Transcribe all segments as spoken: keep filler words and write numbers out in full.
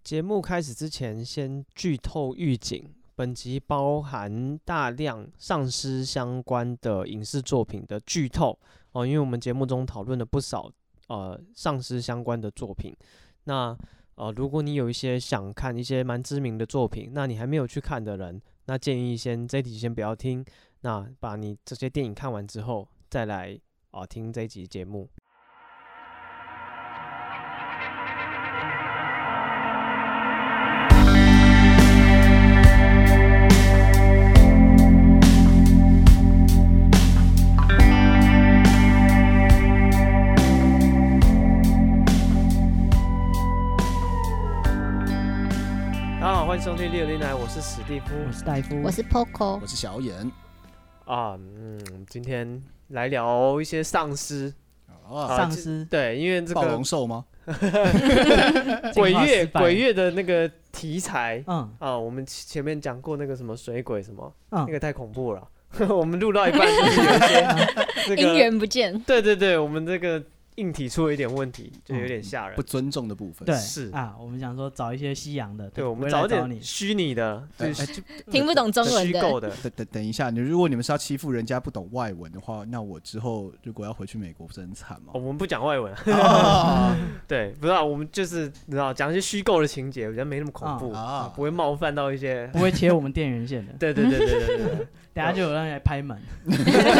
节目开始之前，先剧透预警。本集包含大量丧尸相关的影视作品的剧透哦，因为我们节目中讨论了不少呃丧尸相关的作品。那呃，如果你有一些想看一些蛮知名的作品，那你还没有去看的人，那建议先这一集先不要听，那把你这些电影看完之后，再来啊、呃、听这一集节目。欢迎收听六零来，我是史蒂夫， 我是戴夫， 我是 Poco， 我是小眼啊。嗯，今天来聊一些丧尸。 啊、丧尸对，因为这个暴龙兽吗？ 鬼月鬼月的那个题材， 嗯啊，我们前面讲过那个什么水鬼什么， 嗯、 那个太恐怖了。我们录到一半就是有一些这个姻缘不见。 对对对，我们这个硬体出了一点问题，就有点吓人， 嗯、不尊重的部分。 对， 是啊，我们想说找一些西洋的， 对，我们找点虚拟的， 对， 就听不懂中文的， 虚构的。 等等等一下，你如果你们是要欺负人家不懂外文的话，那我之后如果要回去美国，不是很惨吗？ 我们不讲外文， 啊、 对，不知道我们就是你知道讲一些虚构的情节，我觉得没那么恐怖，啊啊、不会冒犯到一些， 不会切我们电源线的。 对对对对对对对。 等下就有人来拍门， 我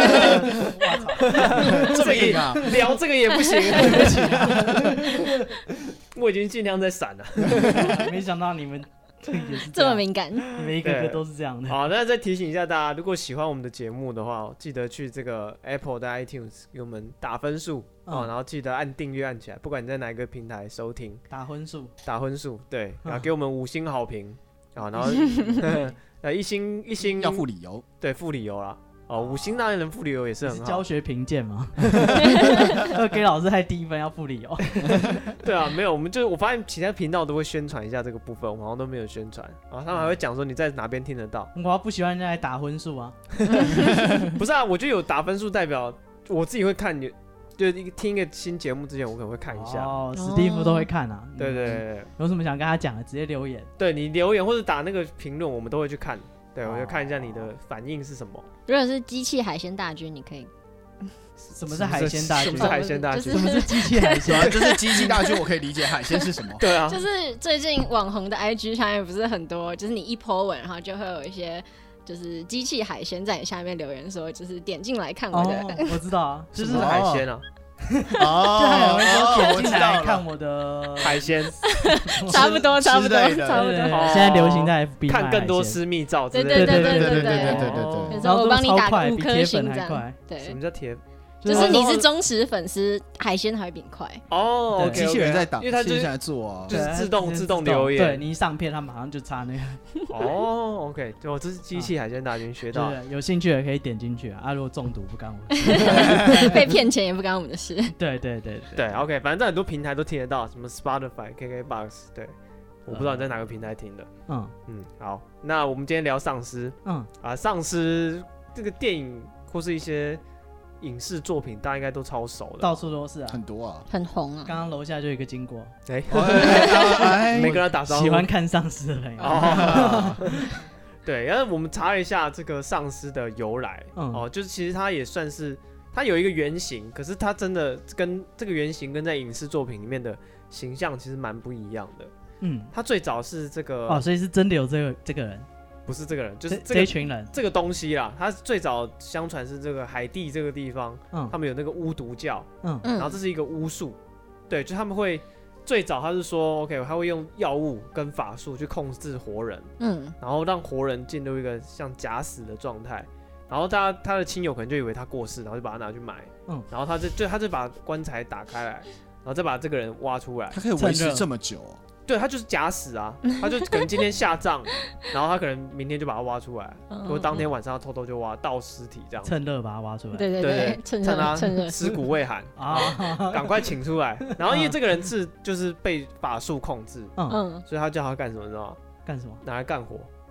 操，这么硬啊！ 聊这个也不行，对不起啊，我已经尽量在闪了。 没想到你们也是这, 这么敏感， 你们一个个都是这样的。 好，那再提醒一下大家，如果喜欢我们的节目的话，记得去这个 Apple 的 iTunes 给我们打分数、嗯哦、然后记得按订阅按起来，不管你在哪一个平台收听， 打分数， 打分数，对，然后给我们五星好评啊，然后。呃，一星一星要附理由， 对，附理由啦。哦，五星当然能附理由也是很好。 是教学评鉴吗？给老师太低分要附理由。 对啊，没有，我们就我发现其他频道都会宣传一下这个部分，我们好像都没有宣传。啊，他们还会讲说你在哪边听得到。 我不喜欢人家来打分数啊。 不是啊，我就有打分数代表我自己会看你。就听一个新节目之前，我可能会看一下。 哦，史蒂夫都会看啊。 对对 对, 對， 有什么想跟他讲的，直接留言。 对你留言或者打那个评论，我们都会去看。对，我就看一下你的反应是什么。 如果是机器海鲜大军，你可以。 什么是海鲜大军？ 什么是海鲜大军？ 什么是机器海鲜？ 就是机器大军，我可以理解海鲜是什么。 对啊， 就是最近网红的 I G 上面不是很多，就是你一 po 文，然后就会有一些。就是机器海鲜在你下面留言说，就是点进来看我的。 哦、我知道啊， 就是海鲜啊。 哦， 就还有人说点进来看我的海鲜， 差不多，差不多，差不多。 现在流行在 F B 看更多私密照之类的。 对对对对对对对对对对。 然后我帮你打五颗星这样。 对，什么叫贴？ 就是你是忠实粉丝，海鲜还会比你快哦。 机器人在打， 因为它就是在做啊， 就是自动自动留言。 对，你一上片，它马上就插那个。 哦 ，OK， 我这是机器海鲜大军学到。 有兴趣的可以点进去啊。啊，如果中毒不干我的事， 被骗钱也不干我们的事。 对对对对 ，OK， 反正在很多平台都听得到，什么 Spotify、K K Box， 对，我不知道你在哪个平台听的。嗯嗯，好，那我们今天聊丧尸。嗯啊，丧尸这个电影或是一些。影视作品大家应该都超熟的， 到处都是啊， 很多啊， 很红啊。 刚刚楼下就有一个经过， 哎，没跟他打招呼。 喜欢看丧尸的朋友。 哦、对，然后我们查了一下这个丧尸的由来，嗯、哦，就是其实它也算是它有一个原型，可是它真的跟这个原型跟在影视作品里面的形象其实蛮不一样的。嗯，它最早是这个哦，所以是真的有这个这个人。 不是这个人，就是这, 这, 这一群人， 这个东西啦。他最早相传是这个海地这个地方，嗯、他们有那个巫毒教，嗯，然后这是一个巫术，对，就他们会最早他是说 ，OK， 他会用药物跟法术去控制活人，嗯，然后让活人进入一个像假死的状态，然后他他的亲友可能就以为他过世，然后就把他拿去埋，嗯，然后他就就他就把棺材打开来，然后再把这个人挖出来， 他可以维持这么久、哦。 对，他就是假死啊，他就可能今天下葬，然后他可能明天就把它挖出来，或者当天晚上偷偷就挖到尸体这样， 趁热把它挖出来。 对对对，趁他尸骨未寒啊，赶快请出来。然后因为这个人是就是被法术控制，嗯，所以他叫他干什么，你知道吗？ 干什么？ 拿来干活。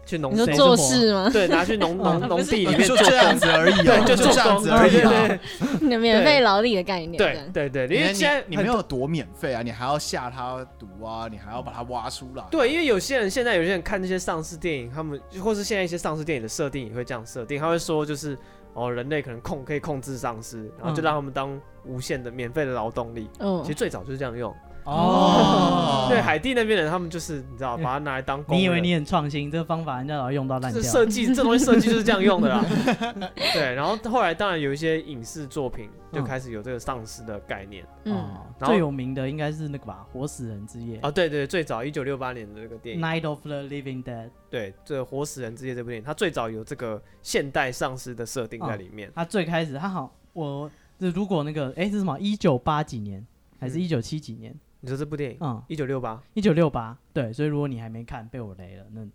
去农你说谁做事吗？ 对，拿去农农农地里面就做这样子而已啊， 对，就就这样子而已啊。 你的免费劳力的概念。 对对对，因为现在你没有多免费啊，你还要下它毒啊，你还要把它挖出来。 对，因为有些人现在有些人看那些丧尸电影，他们或是现在一些丧尸电影的设定也会这样设定，他会说就是哦，人类可能控可以控制丧尸，然后就让他们当无限的免费的劳动力。嗯，其实最早就是这样用。哦，对，海地那边人他们就是你知道，把它拿来当工人。 你以为你很创新，这个方法人家早用到烂掉。 设计这东西设计就是这样用的啦。对，然后后来当然有一些影视作品就开始有这个丧尸的概念。 嗯，最有名的应该是那个吧，《活死人之夜》。 哦，对对，最早一九六八年的这个电影《 Night of the Living Dead》。 对，这《活死人之夜》这部电影，它最早有这个现代丧尸的设定在里面。 它最开始，它好，我如果那个，哎，这是什么？一九八几年还是一九七几年？ 你说这部电影，嗯，一九六八， 一九六八，对，所以如果你还没看，被我雷了，那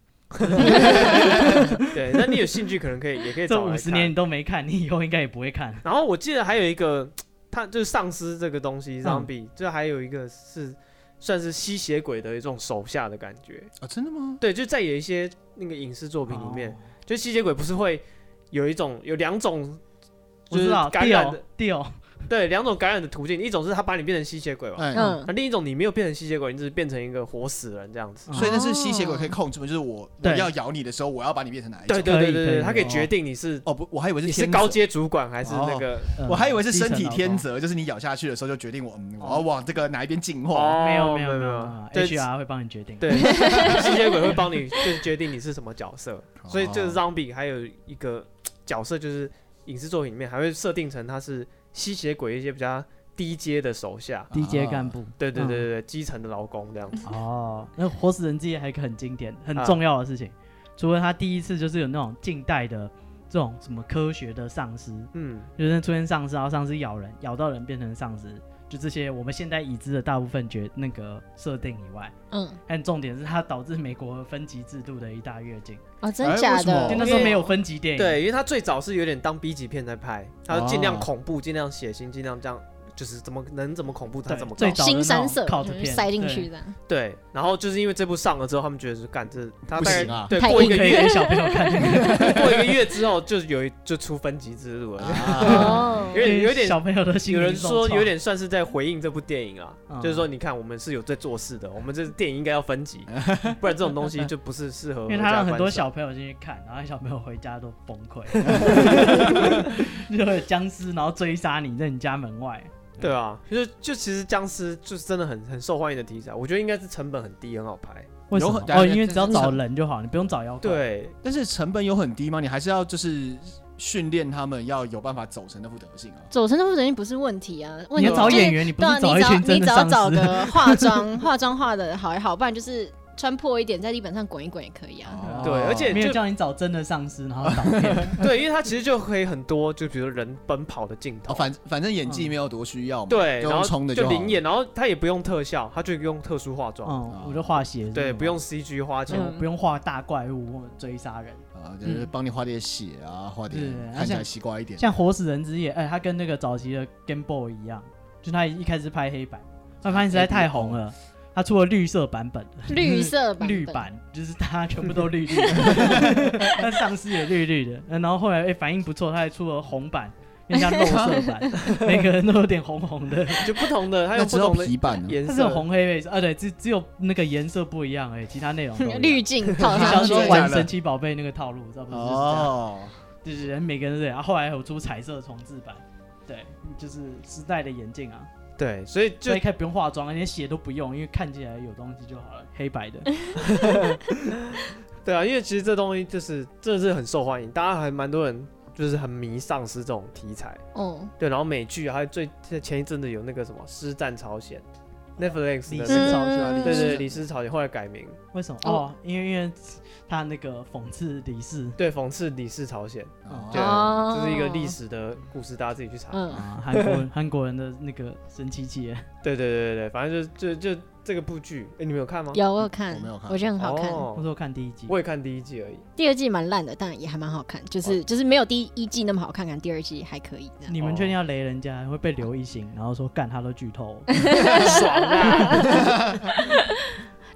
对，那你有兴趣可能可以，也可以找来看。 这五十年你都没看，你以后应该也不会看。 然后我记得还有一个，它就是丧尸这个东西，zombie，就还有一个是算是吸血鬼的一种手下的感觉啊，真的吗？ 对，就在有一些那个影视作品里面，就吸血鬼不是会有一种有两种，就是感染的。对，两种感染的途径，一种是他把你变成吸血鬼嘛，嗯，那另一种你没有变成吸血鬼，你只是变成一个活死人这样子。 所以那是吸血鬼可以控制吗？就是我我要咬你的时候，我要把你变成哪一种？ 对对对对对，他可以决定你是哦不，我还以为是你是高阶主管还是那个， 我还以为是身体天择，就是你咬下去的时候就决定我我要往这个哪一边进化。 没有没有没有 ，H R 会帮你决定。 对，吸血鬼会帮你就是决定你是什么角色，所以这个 zombie 还有一个角色就是影视作品里面还会设定成他是吸血鬼一些比较低阶的手下， 低阶干部， 对对对对，基层的劳工这样子。 哦，那活死人之夜还有一个很经典、很重要的事情，除了他第一次就是有那种近代的这种什么科学的丧尸，嗯，就是出现丧尸，然后丧尸咬人，咬到人变成丧尸，就这些我们现在已知的大部分决那个设定以外，嗯，但重点是它导致美国分级制度的一大跃进。 哦，真假的？ 因为那时候没有分级电影， 对，因为它最早是有点当 B 级片在拍，它尽量恐怖，尽量血腥，尽量这样。就是怎么能怎么恐怖它怎么搞， 新三色塞进去的。 对，然后就是因为这部上了之后，他们觉得是干这他大概、啊、 对过一个月给小朋友看， 过一个月之后就有就出分级制度了。哦，有点有点小朋友的心理， 有人说有点算是在回应这部电影啊，嗯、就是说你看我们是有在做事的，我们这电影应该要分级，不然这种东西就不是适合。 因为他让很多小朋友进去看，然后小朋友回家都崩溃，就会有僵尸然后追杀你在你家门外。 对啊，就就其实僵尸就是真的很很受欢迎的题材，我觉得应该是成本很低，很好拍。 为什么？哦，因为只要找人就好，你不用找妖怪。 对， 但是成本有很低吗？你还是要就是训练他们要有办法走成那副德性啊。 走成那副德性不是问题啊，问题你要找演员，你不是找一群真的丧尸。 你只要找个化妆化妆化的好也好，不然就是穿破一点，在地板上滚一滚也可以啊。 哦、对，而且没有叫你找真的丧尸，然后导片。 对，因为它其实就可以很多，就比如人奔跑的镜头。 哦、反反正演技没有多需要嘛。 嗯、对，然后冲的就灵演，然后他也不用特效，他就用特殊化妆。 嗯，我就画血。 对，不用 C G 花钱、 嗯，不用画大怪物或者追杀人。 啊，就是帮你画点血啊，画点看起来西瓜一点。 像《活死人之夜》，哎、欸，他跟那个早期的 Game Boy 一样，就他一开始拍黑白，他发现实在太红了。他出了绿色版本， 绿色版绿版就是他全部都绿绿的，他丧尸也绿绿的，然后后来、欸、反应不错，他还出了红版，人家肉色版，每个人都有点红红的， 就不同的，他有不同的皮版颜色， 它是有红黑配色啊，对，只只有那个颜色不一样而已，其他内容滤镜套上去， 像说玩神奇宝贝那个套路，知道不？就是这样，就是人每个人都这样，后来有出彩色重置版，对，就是时代的演进啊。 对，所以就所以可以不用化妆，连血都不用，因为看起来有东西就好了，黑白的。 对啊，因为其实这东西就是真的是很受欢迎，大家还蛮多人就是很迷丧尸这种题材。哦，对，然后美剧还有最前一阵子有那个什么《师战朝鲜》，Netflix 的李斯朝鲜， 对对，李斯朝鲜后来改名， 为什么？哦，因为因为他那个讽刺李氏， 对，讽刺李氏朝鲜，对，这是一个历史的故事，大家自己去查。 嗯，韩国韩国人的那个神奇节， 对对对对，反正就就就这个部剧，哎，你们有看吗？ 有，我有看， 我没有看， 我觉得很好看。 我说我看第一季， 我也看第一季而已， 第二季蛮烂的，但也还蛮好看，就是就是没有第一季那么好看，看第二季还可以。 你们确定要雷人家，会被留一星，然后说干他都剧透， 爽啊！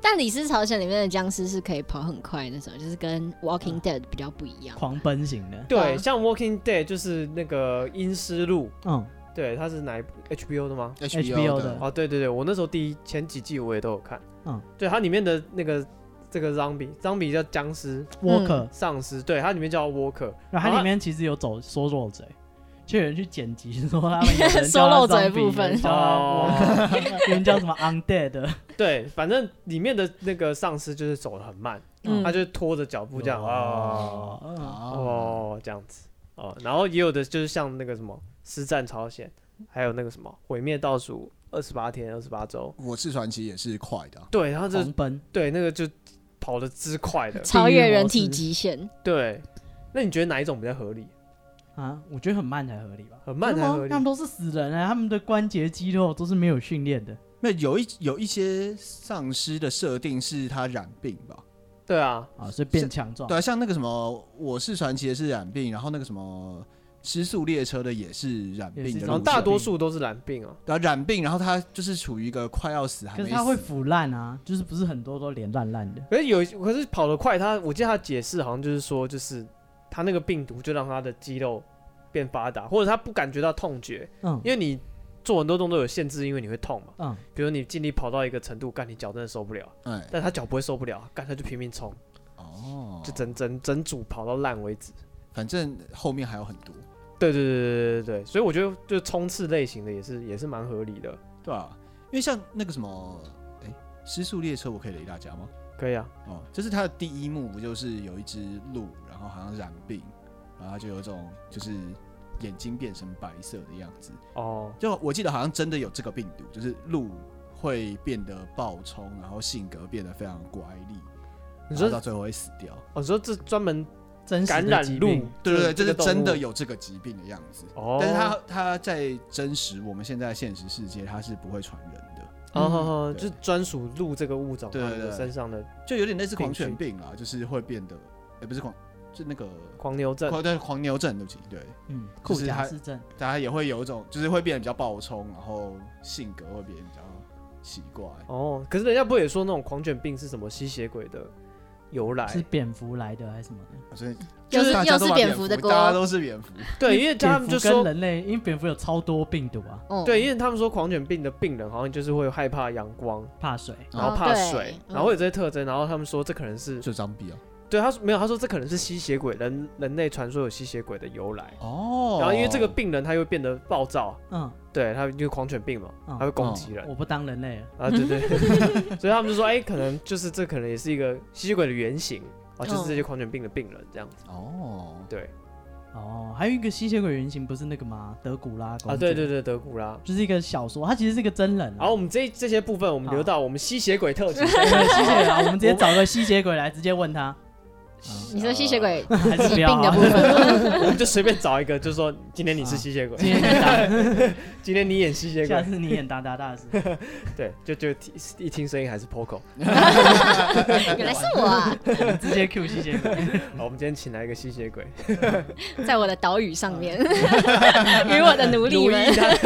但《李氏朝鲜》里面的僵尸是可以跑很快那种，就是跟《Walking Dead》比较不一样， 狂奔型的。 对，像《Walking Dead》就是那个《阴尸路》， 嗯， 对，它是哪一部 H B O 的吗 ？H B O 的。 哦，对对对，我那时候第一前几季我也都有看。 嗯， 对，它里面的那个这个 zombie，zombie 叫僵尸 ，Walker 丧尸，对，它里面叫 Walker， 然后它里面其实有走缩肉嘴。就有人去剪辑说他们有人收漏嘴部分， 哦，有人叫什么 undead， 对，反正里面的那个丧尸就是走得很慢，嗯、他就拖着脚步这样哦哦这样子哦，然后也有的就是像那个什么师战朝鲜，还有那个什么毁灭倒数二十八天二十八周， 我是传奇也是快的、啊， 对，然后就奔， 对，那个就跑得之快的， 超越人体极限。 对，那你觉得哪一种比较合理？ 啊，我觉得很慢才合理吧， 很慢才合理。 他们都是死人啊，他们的关节肌肉都是没有训练的。 那有一有一些丧尸的设定是他染病吧？ 对啊， 啊，所以变强壮。 对啊，像那个什么，我是传奇的是染病，然后那个什么失速列车的也是染病的， 然后大多数都是染病啊。 对啊，染病，然后他就是处于一个快要死还没死， 可是他会腐烂啊，就是不是很多都脸烂烂的。 可是有，可是跑得快，他我记得他解释好像就是说，就是他那个病毒就让他的肌肉变发达，或者他不感觉到痛觉，嗯，因为你做很多动作有限制，因为你会痛嘛，嗯，比如你尽力跑到一个程度，干你脚真的受不了，嗯，但他脚不会受不了，干他就拼命冲，哦，就整整整组跑到烂为止， 反正后面还有很多， 对对对对对对，所以我觉得就冲刺类型的也是也是蛮合理的， 对啊，因为像那个什么，哎、欸，失速列车我可以雷大家吗？ 可以啊， 哦，就是他的第一幕不就是有一只鹿，然后好像染病。然后他就有一种就是眼睛变成白色的样子哦，就我记得好像真的有这个病毒，就是鹿会变得暴冲，然后性格变得非常乖戾，你说到最后会死掉。 哦，你说这专门感染鹿， 对对对，就是真的有这个疾病的样子。哦，但是他他在真实我们现在现实世界，他是不会传人的。 哦，就专属鹿这个物种，对对对，身上的就有点类似狂犬病啦，就是会变得，哎，不是狂。是那个狂牛症， 对狂牛症，对不起，对， 嗯，库贾氏症， 大家也会有一种，就是会变得比较暴冲，然后性格会变得比较奇怪。 哦，可是人家不也说那种狂犬病是什么吸血鬼的由来？ 是蝙蝠来的还是什么的？ 所以就是又是蝙蝠的锅， 大家都是蝙蝠。 对，因为他们就说跟人类，因为蝙蝠有超多病毒啊。 哦、 对，因为他们说狂犬病的病人好像就是会害怕阳光、 怕水， 然后怕水，哦、然后有这些特征，然后他们说这可能是就脏逼啊。 对，他说没有，他说这可能是吸血鬼，人人类传说有吸血鬼的由来哦。然后因为这个病人他又变得暴躁，嗯，对他因为狂犬病嘛，嗯、他会攻击人、 嗯。我不当人类了啊，对对，所以他们就说，哎、欸，可能就是这可能也是一个吸血鬼的原型啊，就是这些狂犬病的病人这样子。哦，对， 哦，还有一个吸血鬼原型不是那个吗？德古拉公主啊， 对对对，德古拉就是一个小说，它其实是一个真人、啊。 好，我们这这些部分我们留到我们吸血鬼特辑。 吸血鬼啊，我们直接找个吸血鬼来直接问他。 你说吸血鬼疾病的部分， 我们就随便找一个，就说今天你是吸血鬼， 今天你当， 今天你演吸血鬼， 下次你演达达大师， 对，就就一听声音还是 Poco， 原来是我啊， 直接 Q 吸血鬼。 好，我们今天请来一个吸血鬼， 在我的岛屿上面，与我的奴隶们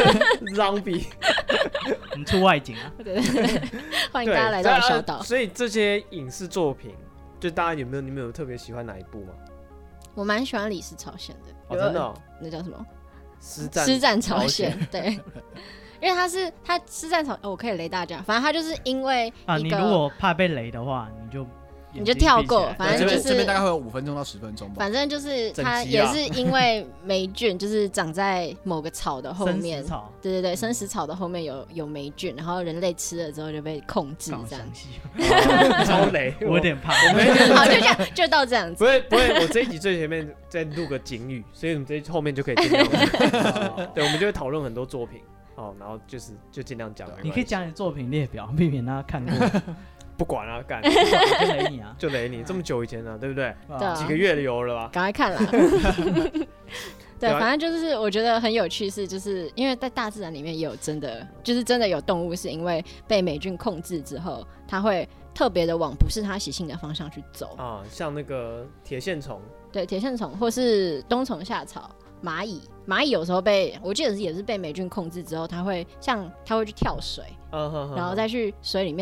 ，zombie， 我们出外景啊， 对对对，欢迎大家来到小岛。 所以这些影视作品。就大家有没有你们有特别喜欢哪一部吗？ 我蛮喜欢《李氏朝鲜》的， 哦，真的、哦？ 那叫什么？ 师战师战朝鲜，对，因为他是他师战朝、哦，我可以雷大家，反正他就是因为啊，你如果怕被雷的话，你就。 你就跳过，反正就是这边大概会有五分钟到十分钟吧。 反正就是它也是因为霉菌，就是长在某个草的后面， 生食草， 对对对，生食草的后面有有霉菌，然后人类吃了之后就被控制这样。 哦、超雷， 我有点怕。 我没好，就这样，就到这样子。 不会不会，我这一集最前面再录个警语，所以我们这后面就可以尽量。对，我们就会讨论很多作品，哦，然后就是就尽量讲。 你可以讲你作品列表，避免他看过。 不管了、啊，干就雷你啊， 就雷你，这么久以前了，对不对？ 对、啊， 几个月的油了吧？ 赶快看啦。对，反正就是我觉得很有趣，是就是因为在大自然里面也有真的，就是真的有动物是因为被霉菌控制之后，它会特别的往不是它习性的方向去走啊，像那个铁线虫， 对，铁线虫或是冬虫夏草。蚂蚁，蚂蚁有时候被我记得也是被霉菌控制之后，它会像它会去跳水， uh, 然后再去水里面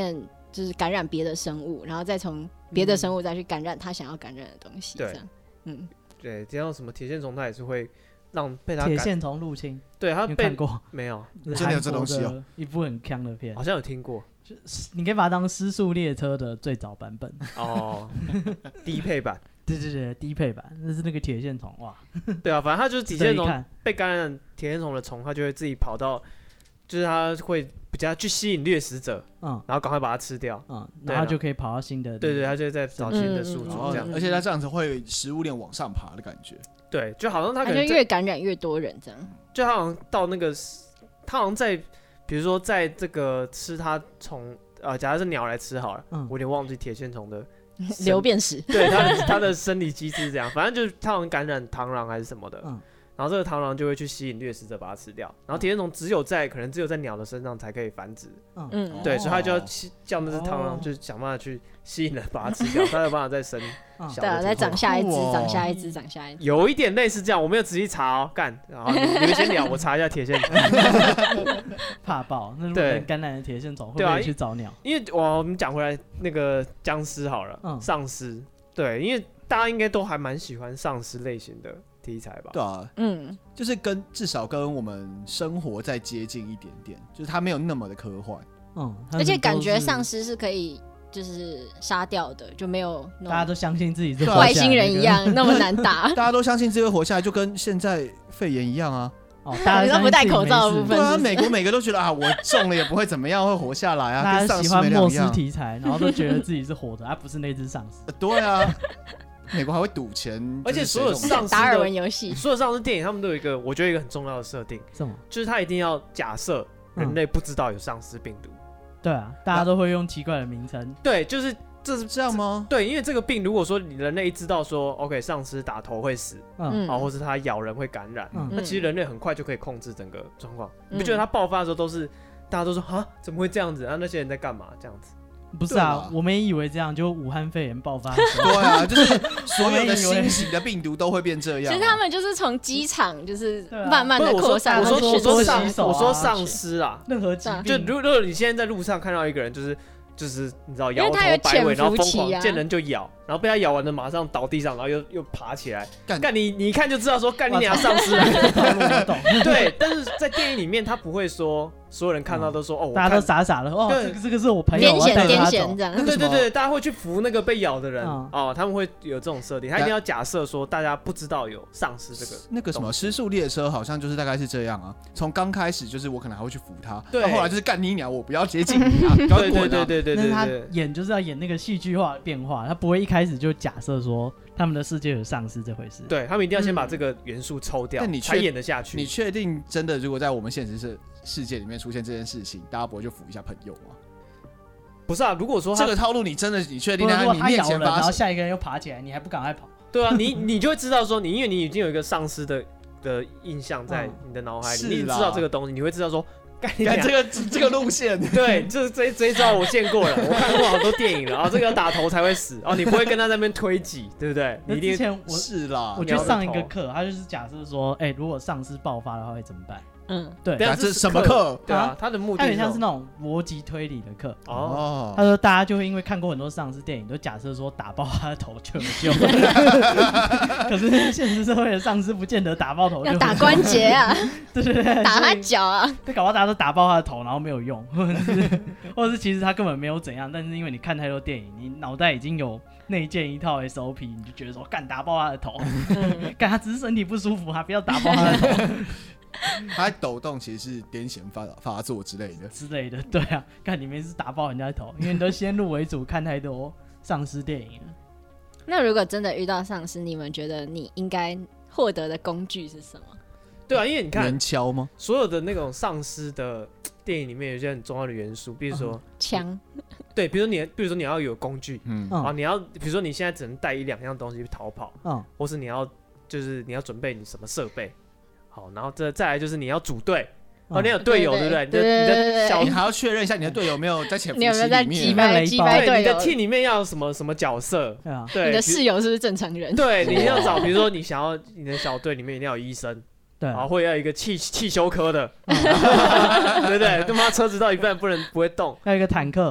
就是感染别的生物，然后再从别的生物再去感染他想要感染的东西，这样，嗯， 对，这样什么铁线虫它也是会让被它铁线虫入侵， 对，它被看过没有？ 真的有这东西哦， 一部很强的片， 好像有听过。 你可以把它当失速列车的最早版本哦，低配版。 对对对，低配版，那是那个铁线虫哇。 对啊，反正它就是铁线虫被感染铁线虫的虫，它就会自己跑到，就是它会比较去吸引掠食者，嗯，然后赶快把它吃掉， 嗯，然后就可以跑到新的， 对对，它就会再找新的宿主这样， 而且它这样子会食物链往上爬的感觉， 对，就好像它可能就越感染越多人这样， 就好像到那个，它好像在，比如说在这个吃它虫，呃，假如是鸟来吃好了，嗯，我有点忘记铁线虫的。 流变史， 对它的它的生理机制这样，反正就是它好像感染螳螂还是什么的，嗯，然后这个螳螂就会去吸引掠食者把它吃掉，然后铁线虫只有在可能只有在鸟的身上才可以繁殖，嗯，对，所以它就要叫那只螳螂就想办法去吸引人把它吃掉，它有办法再生小的， 对啊，再长下一只，长下一只，长下一只， 有一点类似这样，我没有仔细查哦，干，然后你们先聊，我查一下铁线虫， 怕爆，那如果人感染的铁线虫会不会去找鸟？ 因为我们讲回来那个僵尸好了，嗯，丧尸，对，因为大家应该都还蛮喜欢丧尸类型的题材吧？ 对啊，嗯，就是跟至少跟我们生活再接近一点点，就是它没有那么的科幻， 嗯，而且感觉丧尸是可以就是杀掉的，就没有大家都相信自己是外星人一样那么难打， 大家都相信自己会活下来，就跟现在肺炎一样啊。 哦，大家都不戴口罩的部分， 对啊，美国每个都觉得啊，我中了也不会怎么样，会活下来啊。 大家喜欢末世题材，然后都觉得自己是活的，而不是那只丧尸。 对啊，美国还会赌钱， 而且所有丧尸达尔文游戏， 所有丧尸电影他们都有一个，我觉得一个很重要的设定， 什么？ 就是他一定要假设人类不知道有丧尸病毒。 对啊，大家都会用奇怪的名称。 对，就是这是这样吗？ 对，因为这个病，如果说你人类一知道说 ，OK， 丧尸打头会死，嗯，啊，或是它咬人会感染，嗯，那其实人类很快就可以控制整个状况。你不觉得它爆发的时候都是大家都说啊，怎么会这样子？啊，那些人在干嘛？这样子？ 不是啊，我们也以为这样，就武汉肺炎爆发。 对啊，就是所有的新型的病毒都会变这样。 其实他们就是从机场就是慢慢的扩散。 我说我说丧我说丧丧尸啊， 任何疾病， 就如果你现在在路上看到一个人，就是。就是你知道摇头摆尾，然后疯狂见人就咬，然后被他咬完了马上倒地上，然后又又爬起来。干你你一看就知道说干你俩丧尸了。对，但是在电影里面他不会说所有人看到都说哦， 大家都傻傻的哦，这个这个是我朋友， 癫痫癫痫这样。 对对对，大家会去扶那个被咬的人哦，他们会有这种设定，他一定要假设说大家不知道有丧尸这个那个什么失速列车，好像就是大概是这样啊。从刚开始就是我可能还会去扶他，到后来就是干你娘，我不要接近你啊， 对对对对对。 但是他演就是要演那个戏剧化变化，他不会一开始就假设说他们的世界有丧尸这回事。 对他们一定要先把这个元素抽掉，嗯、才演得下去。 你确定真的如果在我们现实世世界里面出现这件事情，大家不会就扶一下朋友吗？ 不是啊，如果说这个套路你真的你确定在你面前发生， 然后下一个人又爬起来，你还不赶快跑？ 对啊，你你就会知道说你因为你已经有一个丧尸的的印象在你的脑海里，嗯、你知道这个东西，你会知道说。 干这个这个路线， 对，这这这一招我见过了，我看过好多电影了啊，这个要打头才会死哦，你不会跟他在那边推挤，对不对？你一定之前我是啦， 我去上一个课，他就是假设说，哎、欸，如果丧尸爆发的话会怎么办？嗯，对， 这是什么课？ 对啊，他的目的他很像是那种逻辑推理的课哦。他说大家就会因为看过很多丧尸电影，都假设说打爆他的头就有救，可是现实社会的丧尸不见得打爆头就要打关节啊， 对对对， 打他脚啊， 就搞到大家都打爆他的头，然后没有用，或者是或者是其实他根本没有怎样，但是因为你看太多电影，你脑袋已经有内建一套 S O P， 你就觉得说干打爆他的头，干他只是身体不舒服，他不要打爆他的头。 他在抖动，其实是癫痫发发作之类的之类的，对啊，看你们是打爆人家的头，因为你都先入为主看太多丧尸电影了。 那如果真的遇到丧尸，你们觉得你应该获得的工具是什么？ 对啊，因为你看， 人敲吗？ 所有的那种丧尸的电影里面有一些很重要的元素，比如说枪、 嗯，对，比如说你，比如说你要有工具，嗯，啊，你要，比如说你现在只能带一两样东西逃跑，嗯，或是你要，就是你要准备你什么设备。好，然后这再来就是你要组队，哦，你有队友对不对？你的你的小， 你还要确认一下你的队友有没有在潜伏期里面， 你有没有在击败击败队友？ 你的 team 里面要有什么什么角色？对， 你的室友是不是正常人？ 对，你要找，比如说你想要你的小队里面一定要有医生，对，然后会要一个汽汽修科的，对不对？他妈车子到一半不能不会动， 要一个坦克。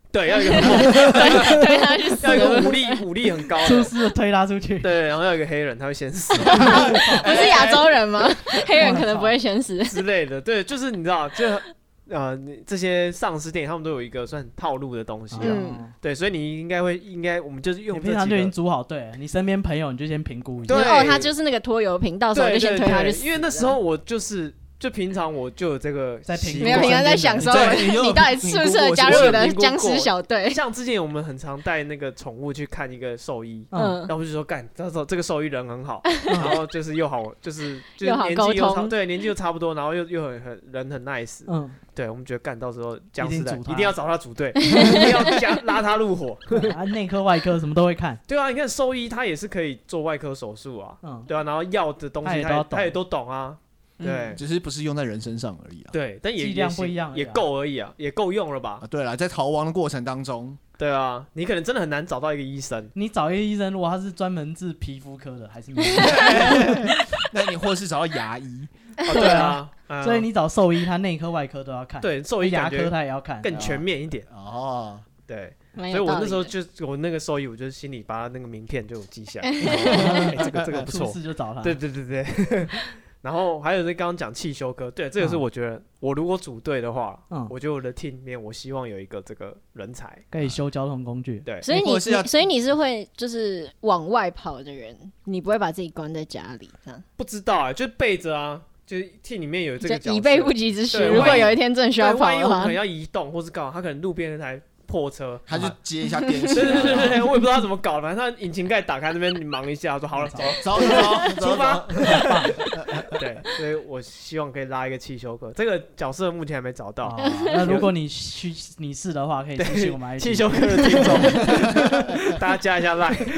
对，要有一个很猛， 推他去死， 要有一个武力武力很高的， 出事了推他出去。 对，然后要有一个黑人，他会先死， 不是亚洲人吗？黑人可能不会先死之类的。对，就是你知道，就呃这些丧尸电影，他们都有一个算套路的东西啊。嗯、对，所以你应该会，应该我们就是用。 你平常就已经组好队了，你身边朋友你就先评估一下。 对，哦，他就是那个拖油瓶，到时候就先推他去死。 因为那时候我就是。就平常我就有这个在评， 没有平常在享受你到底是不是加入的僵尸小队？ 像之前我们很常带那个宠物去看一个兽医，嗯，然后就说干，到时候这个兽医人很好，然后就是又好，就是就是年纪又差，对，年纪又差不多，然后又又很很人很 nice， 嗯，对，我们觉得干到时候僵尸的一定要找他组队，一定要加拉他入伙， 啊，内科外科什么都会看， 对啊，你看兽医他也是可以做外科手术啊，嗯，对啊，然后药的东西他他也都懂啊。对， 只是不是用在人身上而已啊。 对，但也剂量不一样， 也够而已啊，也够用了吧？ 啊，对了，在逃亡的过程当中， 对啊，你可能真的很难找到一个医生。 你找一个医生，如果他是专门治皮肤科的，还是没有？ 那你或是找到牙医。 哦，对啊， 嗯、所以你找兽医，他内科、外科都要看。 对，兽医牙科他也要看， 更全面一点。哦，对。所以我那时候就我那个兽医，我就心里把他那个名片就记下来。欸、这个这个不错， 就找他。 对对对对。然后还有是刚刚讲汽修科，对，这个是我觉得我如果组队的话，嗯，我觉得我的 team 里面我希望有一个这个人才可以修交通工具。 对， 所以你所以你是会就是往外跑的人，你不会把自己关在家里这样？ 不知道啊、欸，就备着啊，就是 team 里面有这个角色， 以备不及之需。如果有一天真的需要跑的话， 万一我可能要移动，或是干嘛，他可能路边那台破车， 他就接一下电视。 对对对对，我也不知道他怎么搞，反正他引擎盖打开那边，你忙一下，说好了，走走走， 出发。对，所以我希望可以拉一个汽修科，这个角色目前还没找到。 哦、那如果你需你是的话，可以私信我们。 汽修科的听众，大家加一下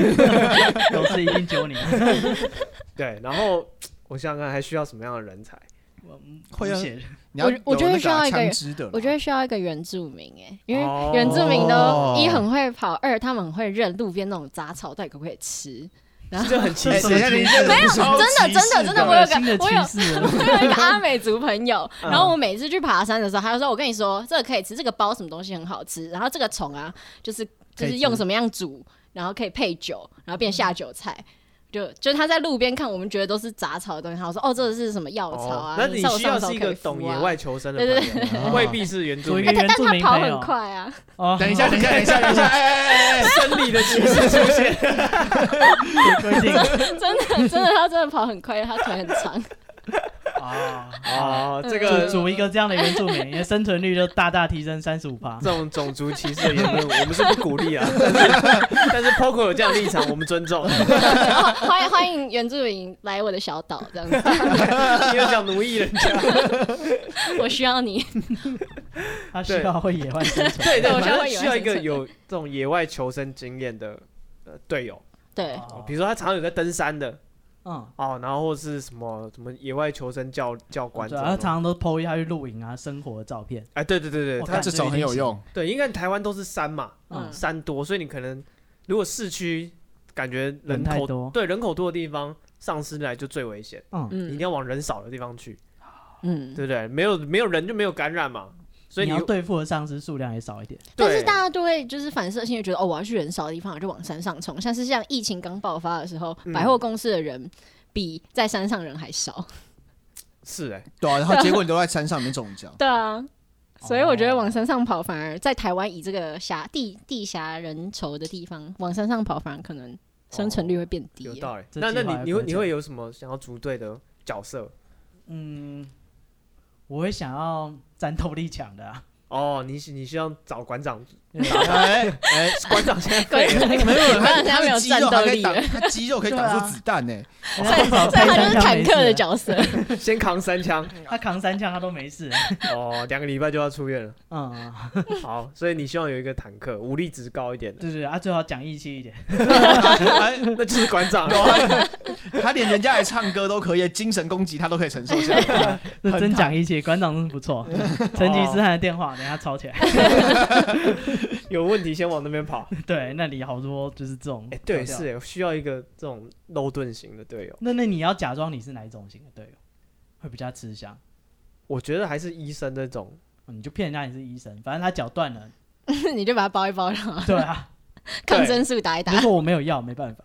line， 有事一定揪你。 对，然后我想想看还需要什么样的人才？ 会写， 我我觉得需要一个，我觉得需要一个原住民哎，因为原住民都一很会跑，二他们很会认路边那种杂草到底可不可以吃。然后就很歧视，没有， 真的真的真的，我有个我有我有一个阿美族朋友，然后我每次去爬山的时候，他就说：“我跟你说，这个可以吃，这个包什么东西很好吃，然后这个虫啊，就是就是用什么样煮，然后可以配酒，然后变下酒菜。”就就他在路边看，我们觉得都是杂草的东西，他说哦，这个是什么药草啊？ 那、哦、你需要是一个懂野外求生的朋友，对对对，未必是原住民， 欸、 但他跑很快啊！ 哦，等一下，等一下，等一下，等一下，哎哎哎， 生理的歧视出现， 规定， 真的真的，他真的跑很快，他腿很长。 啊啊！这个组一个这样的原住民，你的生存率就大大提升三十五趴。 这种种族歧视的言论，我们是不鼓励啊。但是但是 Poco 有这样的立场，我们尊重。 欢迎欢迎原住民来我的小岛，这样子。 你又想奴役人家？ 我需要你。 他需要会野外生存。 对对，我需要需要一个有这种野外求生经验的呃队友。 对， 比如说他常常有在登山的。嗯，哦，然后或是什么什么野外求生教教官， 对、啊，他常常都 po 下去露营啊，生活的照片。 哎，对对对对， 他这种很有用。 对，因为台湾都是山嘛，嗯，山多，所以你可能如果市区感觉人口太多， 对人口多的地方，丧尸来就最危险。嗯，你一定要往人少的地方去。嗯，对不对？没有没有人就没有感染嘛。所以 你, 你要对付的丧尸数量也少一点， 但是大家都会就是反射性的觉得哦，我要去人少的地方，我就往山上冲。像是像疫情刚爆发的时候，嗯、百货公司的人比在山上人还少。 是哎、欸， 对啊，然后结果你都在山上面中奖。 对啊，所以我觉得往山上跑，反而在台湾以这个狭地地狭人稠的地方往山上跑，反而可能生存率会变低、 哦。有道理。那那你你会你会有什么想要组队的角色？ 嗯。我会想要战斗力强的啊！ 哦，你你需要找馆长，哎哎，馆长现在没有， 他他没有战斗力了， 他肌肉可以挡住子弹呢， 所以他就是坦克的角色， 先扛三枪， 他扛三枪他都没事。 哦，两个礼拜就要出院了。嗯，好，所以你希望有一个坦克，武力值高一点的， 对对啊，最好讲义气一点， 那就是馆长， 他连人家来唱歌都可以，精神攻击他都可以承受下来， 真讲义气，馆长真不错。成吉思汗的电话。等一下吵起来， 有问题先往那边跑。 对，那里好多就是这种， 哎、欸，对，是哎，需要一个这种肉盾型的队友。 那那你要假装你是哪一种型的队友，会比较吃香？ 我觉得还是医生那种， 你就骗人家你是医生，反正他脚断了， 你就把它包一包了。 对啊， 抗生素打一打。 如果我没有药，没办法。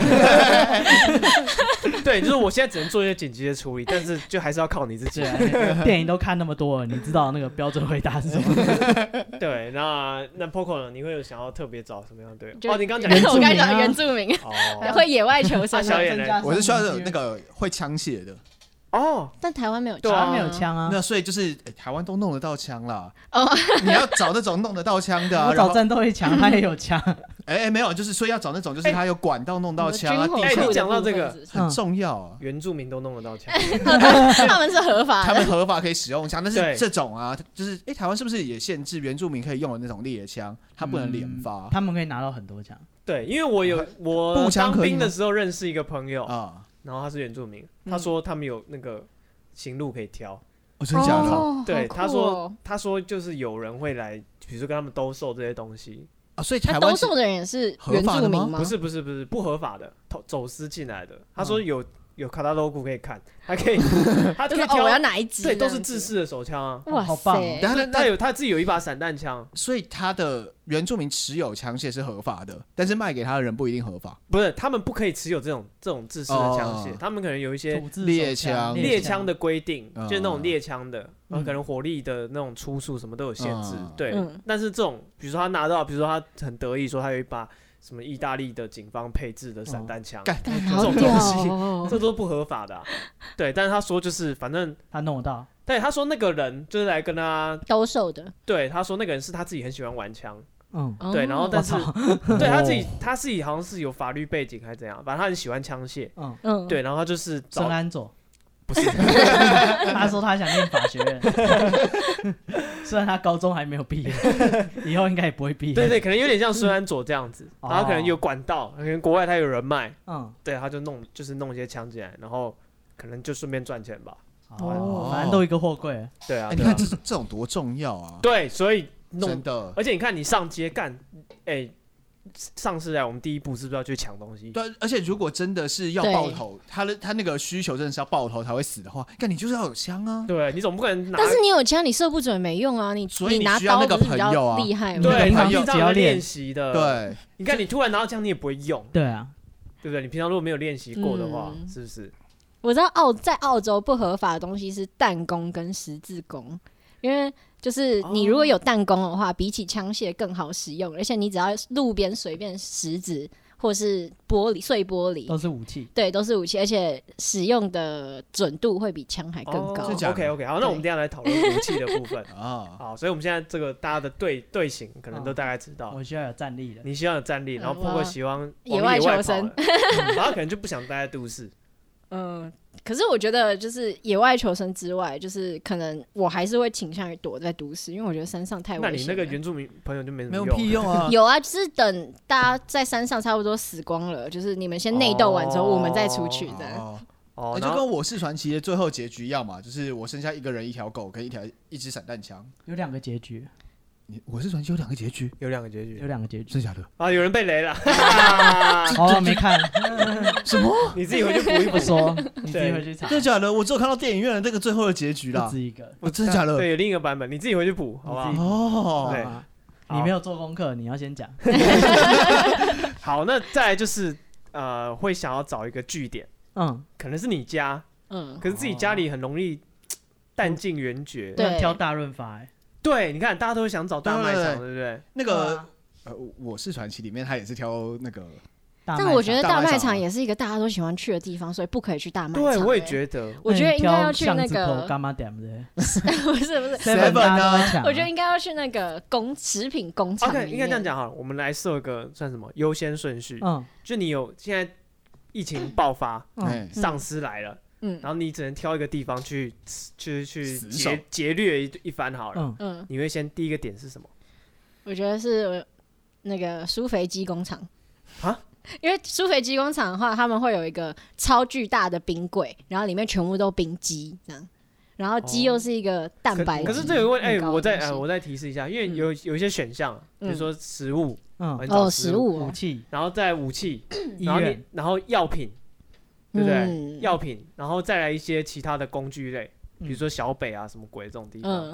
对，就是我现在只能做一些紧急的处理，但是就还是要靠你自己。 电影都看那么多了，你知道那个标准回答是什么？ 对，那那 Poco 呢？你会有想要特别找什么样的队友？哦，你刚讲我刚讲原住民，会野外求生。 小野人， 我是需要有那个会枪械的。 哦， 但台湾没有枪，台湾没有枪啊。 那所以就是、欸、台湾都弄得到枪啦。哦，你要找那种弄得到枪的啊。 我找战斗力强，他也有枪。 哎哎、欸欸，没有，就是所以要找那种，就是他有管道弄到枪啊。 哎、欸，你讲到这个很重要啊， 原住民都弄得到枪， 他们是合法的， 他们合法可以使用枪，但是这种啊，就是哎、欸，台湾是不是也限制原住民可以用的那种猎枪，他不能连发、 嗯？他们可以拿到很多枪。 对，因为我有我当兵的时候认识一个朋友啊，然后他是原住民，他说他们有那个。行路可以挑， 哦，真的假的？ 哦、 对， 哦、 他说，他说就是有人会来，比如说跟他们兜售这些东西啊，所以台湾兜售的人也是原住民吗？ 不是，不是，不是不合法的，走私进来的。他说有。有卡达 logo 可以看，还可以，他可以挑、 哦、我要哪一支？ 对，都是制式的手枪啊！ 哇， 好棒！ 然后他他有他自己有一把散弹枪， 所以他的原住民持有枪械是合法的，但是卖给他的人不一定合法。 不是，他们不可以持有这种这种制式的枪械，哦、他们可能有一些猎枪猎枪的规定，嗯、就是那种猎枪的，嗯、可能火力的那种出处什么都有限制。嗯、对，嗯、但是这种，比如说他拿到，比如说他很得意说他有一把。什么意大利的警方配置的散弹枪， 这种东西，这都是不合法的、啊。对，但是他说就是反正他弄得到。 对，他说那个人就是来跟他兜售的。 对，他说那个人是他自己很喜欢玩枪。 嗯， 对，然后但是对他自己他自己好像是有法律背景还是怎样，反正他很喜欢枪械。嗯嗯，对，然后他就是深安佐。 不是， 他说他想念法学院，虽然他高中还没有毕业，以后应该也不会毕业。 对对，可能有点像孙安佐这样子，嗯、然后可能有管道，可能国外他有人脉，嗯，对，他就弄就是弄一些枪进来，然后可能就顺便赚钱吧。 哦，反正都一个货柜。 对啊， 欸、你看这这种多重要啊！ 对，所以弄真的， 而且你看你上街干，哎、欸。上市来，我们第一步是不是要去抢东西？ 对，而且如果真的是要爆头，他的他那个需求真的是要爆头才会死的话，干你就是要有枪啊！ 对，你总不可能拿。 但是你有枪，你射不准没用啊！你所以你拿刀那个朋友啊， 厉害嘛？ 对， 平常平常要练习的。 对， 你看你突然拿到枪，你也不会用。 对啊， 对不对？你平常如果没有练习过的话，嗯、是不是？ 我知道澳在澳洲不合法的东西是弹弓跟十字弓，因为。就是你如果有弹弓的话，比起枪械更好使用，而且你只要路边随便石子或是玻璃碎玻璃都是武器， 对，都是武器，而且使用的准度会比枪还更高。 哦、OK OK， 好，那我们等一下来讨论武器的部分啊。好，所以我们现在这个大家的队队形可能都大概知道。 我需要有战力的， 你需要有战力，然后包括喜欢野外求生， 然后可能就不想待在都市。 嗯。可是我觉得，就是野外求生之外，就是可能我还是会倾向于躲在都市，因为我觉得山上太危险了。 那你那个原住民朋友就没什么用，没有屁用啊！ 有啊，就是等大家在山上差不多死光了，就是你们先内斗完之后，我们再出去的。 哦，哦欸、就跟我是传奇的最后结局一样嘛，就是我剩下一个人、一条狗跟一条一支散弹枪。 有两个结局。 你我是传奇有两个结局， 有两个结局， 有两个结局， 真的假的？ 啊，有人被雷了。 哦，没看。 什么？ 你自己回去补一补。 说，你自己回去查。 真的假的？我只有看到电影院的那个最后的结局啦。 不止一个。 我真的假的？ 对，有另一个版本，你自己回去补，好不好？ 哦， 对， 你没有做功课，你要先讲。 好，那再来就是呃，会想要找一个据点，嗯，可能是你家，嗯，可是自己家里很容易弹尽援绝， 对，挑大润发。 对，你看大家都会想找大卖场， 对, 对, 对, 对不对？ 那个、啊、呃，我是传奇里面他也是挑那个， 但我觉得大卖场也是一个大家都喜欢去的地方，所以不可以去大卖场、欸。 对，我也觉得， 我觉得应该要去那个干嘛点不对？ 不是不是 seven 啊， 我觉得应该要去那个工食品工厂。 OK， 应该这样讲哈，我们来设个算什么优先顺序？嗯，就你有现在疫情爆发，嗯，丧尸来了。嗯，然后你只能挑一个地方去去去劫劫掠一一番好了。嗯，你会先第一个点是什么？ 我觉得是那个舒肥鸡工厂啊，因为舒肥鸡工厂的话，他们会有一个超巨大的冰柜，然后里面全部都冰鸡这样，然后鸡又是一个蛋白质、 哦可。可是这个问哎、欸，我再呃我再提示一下，因为有有一些选项，比如说食物，嗯， 哦，食物、 武器， 然后再武器，然后你然后药品。对不对？嗯、药品，然后再来一些其他的工具类，比如说小北啊什么鬼这种地方。嗯、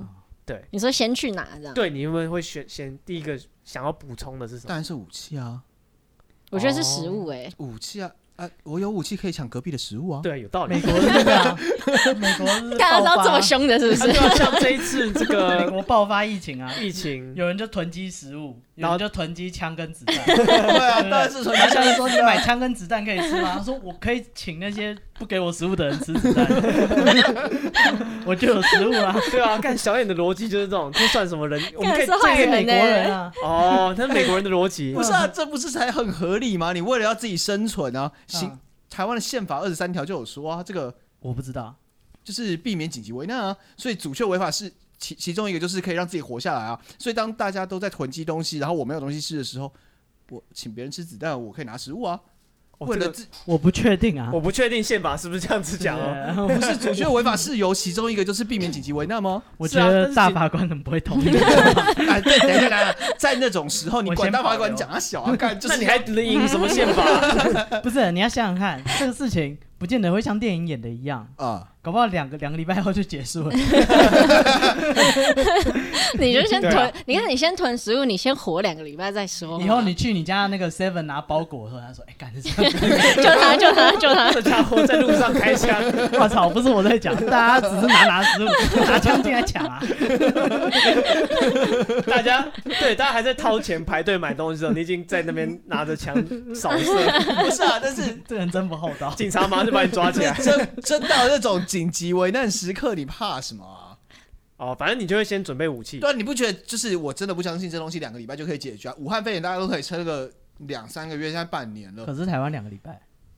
对， 你说先去哪这样？ 对，你们会选先第一个想要补充的是什么？ 当然是武器啊。 我觉得是食物哎、欸。 武器啊。啊，我有武器可以抢隔壁的食物啊！ 对，有道理。 美国是这样，美国是大家知道这么凶的，是不是？ 像这一次这个美国爆发疫情啊， 疫情有人就囤积食物，有人就囤积枪跟子弹。 对啊，当然是囤积。 他就说你买枪跟子弹可以吃吗？他说我可以请那些不给我食物的人吃子弹，我就有食物啊。 对啊，看小眼的逻辑就是这种，这算什么人？我们可以是坏人美国人啊。 哦，他是美国人的逻辑。 不是啊，这不是才很合理吗？你为了要自己生存啊，行。嗯台湾的宪法二十三条就有说啊，这个我不知道， 就是避免紧急危难啊，所以阻却违法是其其中一个，就是可以让自己活下来啊。所以当大家都在囤积东西，然后我没有东西吃的时候，我请别人吃子弹，我可以拿食物啊。为了自、 这个、我不确定啊， 我不确定宪法是不是这样子讲哦。 不是阻却违法事由，其中一个就是避免紧急危难吗？ 我觉得大法官可能不会同意。 哎，对，等一下，等一下，在那种时候，你管大法官讲啊小啊干，就是那你还赢什么宪法？ 不是，你要想想看，这个事情不见得会像电影演的一样啊。搞不好两个两个礼拜后就结束了。 你就先囤，啊、你看你先囤食物，你先活两个礼拜再说。 以后你去你家那个 Seven 拿包裹的时候，他说：“哎、欸，干是这样子。” 就他就他就他， 这家伙在路上开枪， 我操！不是我在讲，大家只是拿拿食物，拿枪进来抢啊。 大家对，大家还在掏钱排队买东西的时候，你已经在那边拿着枪扫射。 不是啊，但是这人真不厚道， 警察马上就把你抓起来。 真真到那种紧急危难时刻，你怕什么啊？ 哦，反正你就会先准备武器。 对啊，你不觉得就是我真的不相信这东西两个礼拜就可以解决啊？武汉肺炎大家都可以撑个两三个月，现在半年了。 可是台湾两个礼拜。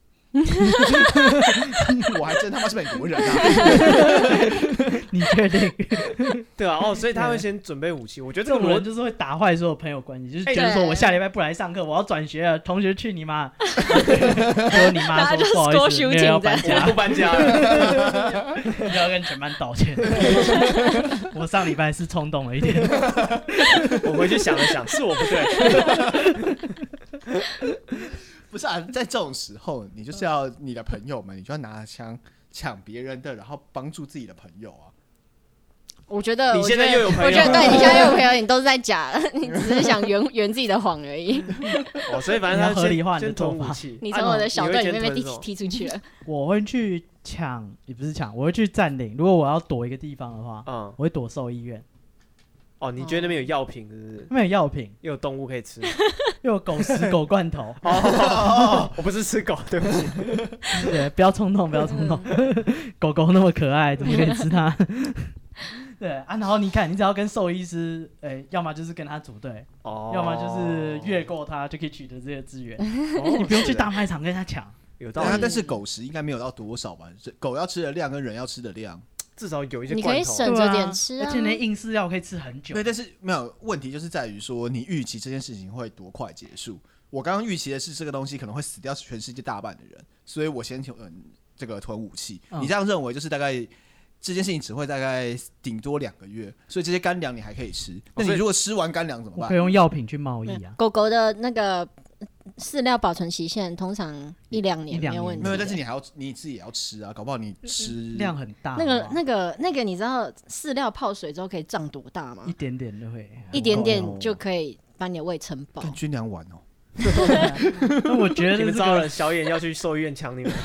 我还真他妈是美国人啊！ 你确定？ 对啊，哦，所以他会先准备武器。我觉得这种人就是会打坏所有朋友关系，就是觉得说我下礼拜不来上课，我要转学了，同学去你妈！结果你妈说不好意思，没有要搬家， 不搬家了， 就要跟全班道歉。我上礼拜是冲动了一点， 我回去想了想，是我不对。 不是啊，在这种时候，你就是要你的朋友们，你就要拿着枪抢别人的，然后帮助自己的朋友啊。 我觉得你现在又有朋友， 我觉得对你现在又有朋友，你都是在假，你只是想圆圆自己的谎而已。 哦，所以反正他合理化你的做法。 你从我的小队里面被踢踢出去了。 我会去抢，也不是抢，我会去占领。如果我要躲一个地方的话，嗯，我会躲兽医院。 哦，你觉得那边有药品是不是？ 那边有药品， 又有动物可以吃， 又有狗食狗罐头。 哦，我不是吃狗，对不起。 对，不要冲动，不要冲动。狗狗那么可爱，怎么可以吃它？对啊，然后你看，你只要跟兽医师，哎、欸，要么就是跟他组队，哦，要么就是越过他就可以取得这些资源。哦、你不用去大卖场跟他抢。 有道理。 但是狗食应该没有到多少吧？狗要吃的量跟人要吃的量。 至少有一些罐头，你可以省着点吃啊， 而且那硬饲料可以吃很久。 对，但是没有问题，就是在于说你预期这件事情会多快结束。我刚刚预期的是这个东西可能会死掉全世界大半的人，所以我先囤、嗯、这个囤武器、嗯。你这样认为，就是大概这件事情只会大概顶多两个月，所以这些干粮你还可以吃。那、哦、你如果吃完干粮怎么办？ 我可以用药品去贸易啊。 狗狗的那个饲料保存期限通常一两年没有问题， 没有，但是你还要你自己也要吃啊，搞不好你吃量很大。 那个、那个、那个，你知道饲料泡水之后可以胀多大吗？ 一点点就会， 一点点就可以把你的胃撑饱。 跟军粮玩哦。 那我觉得、这个、 你们招了小眼要去兽医院抢你们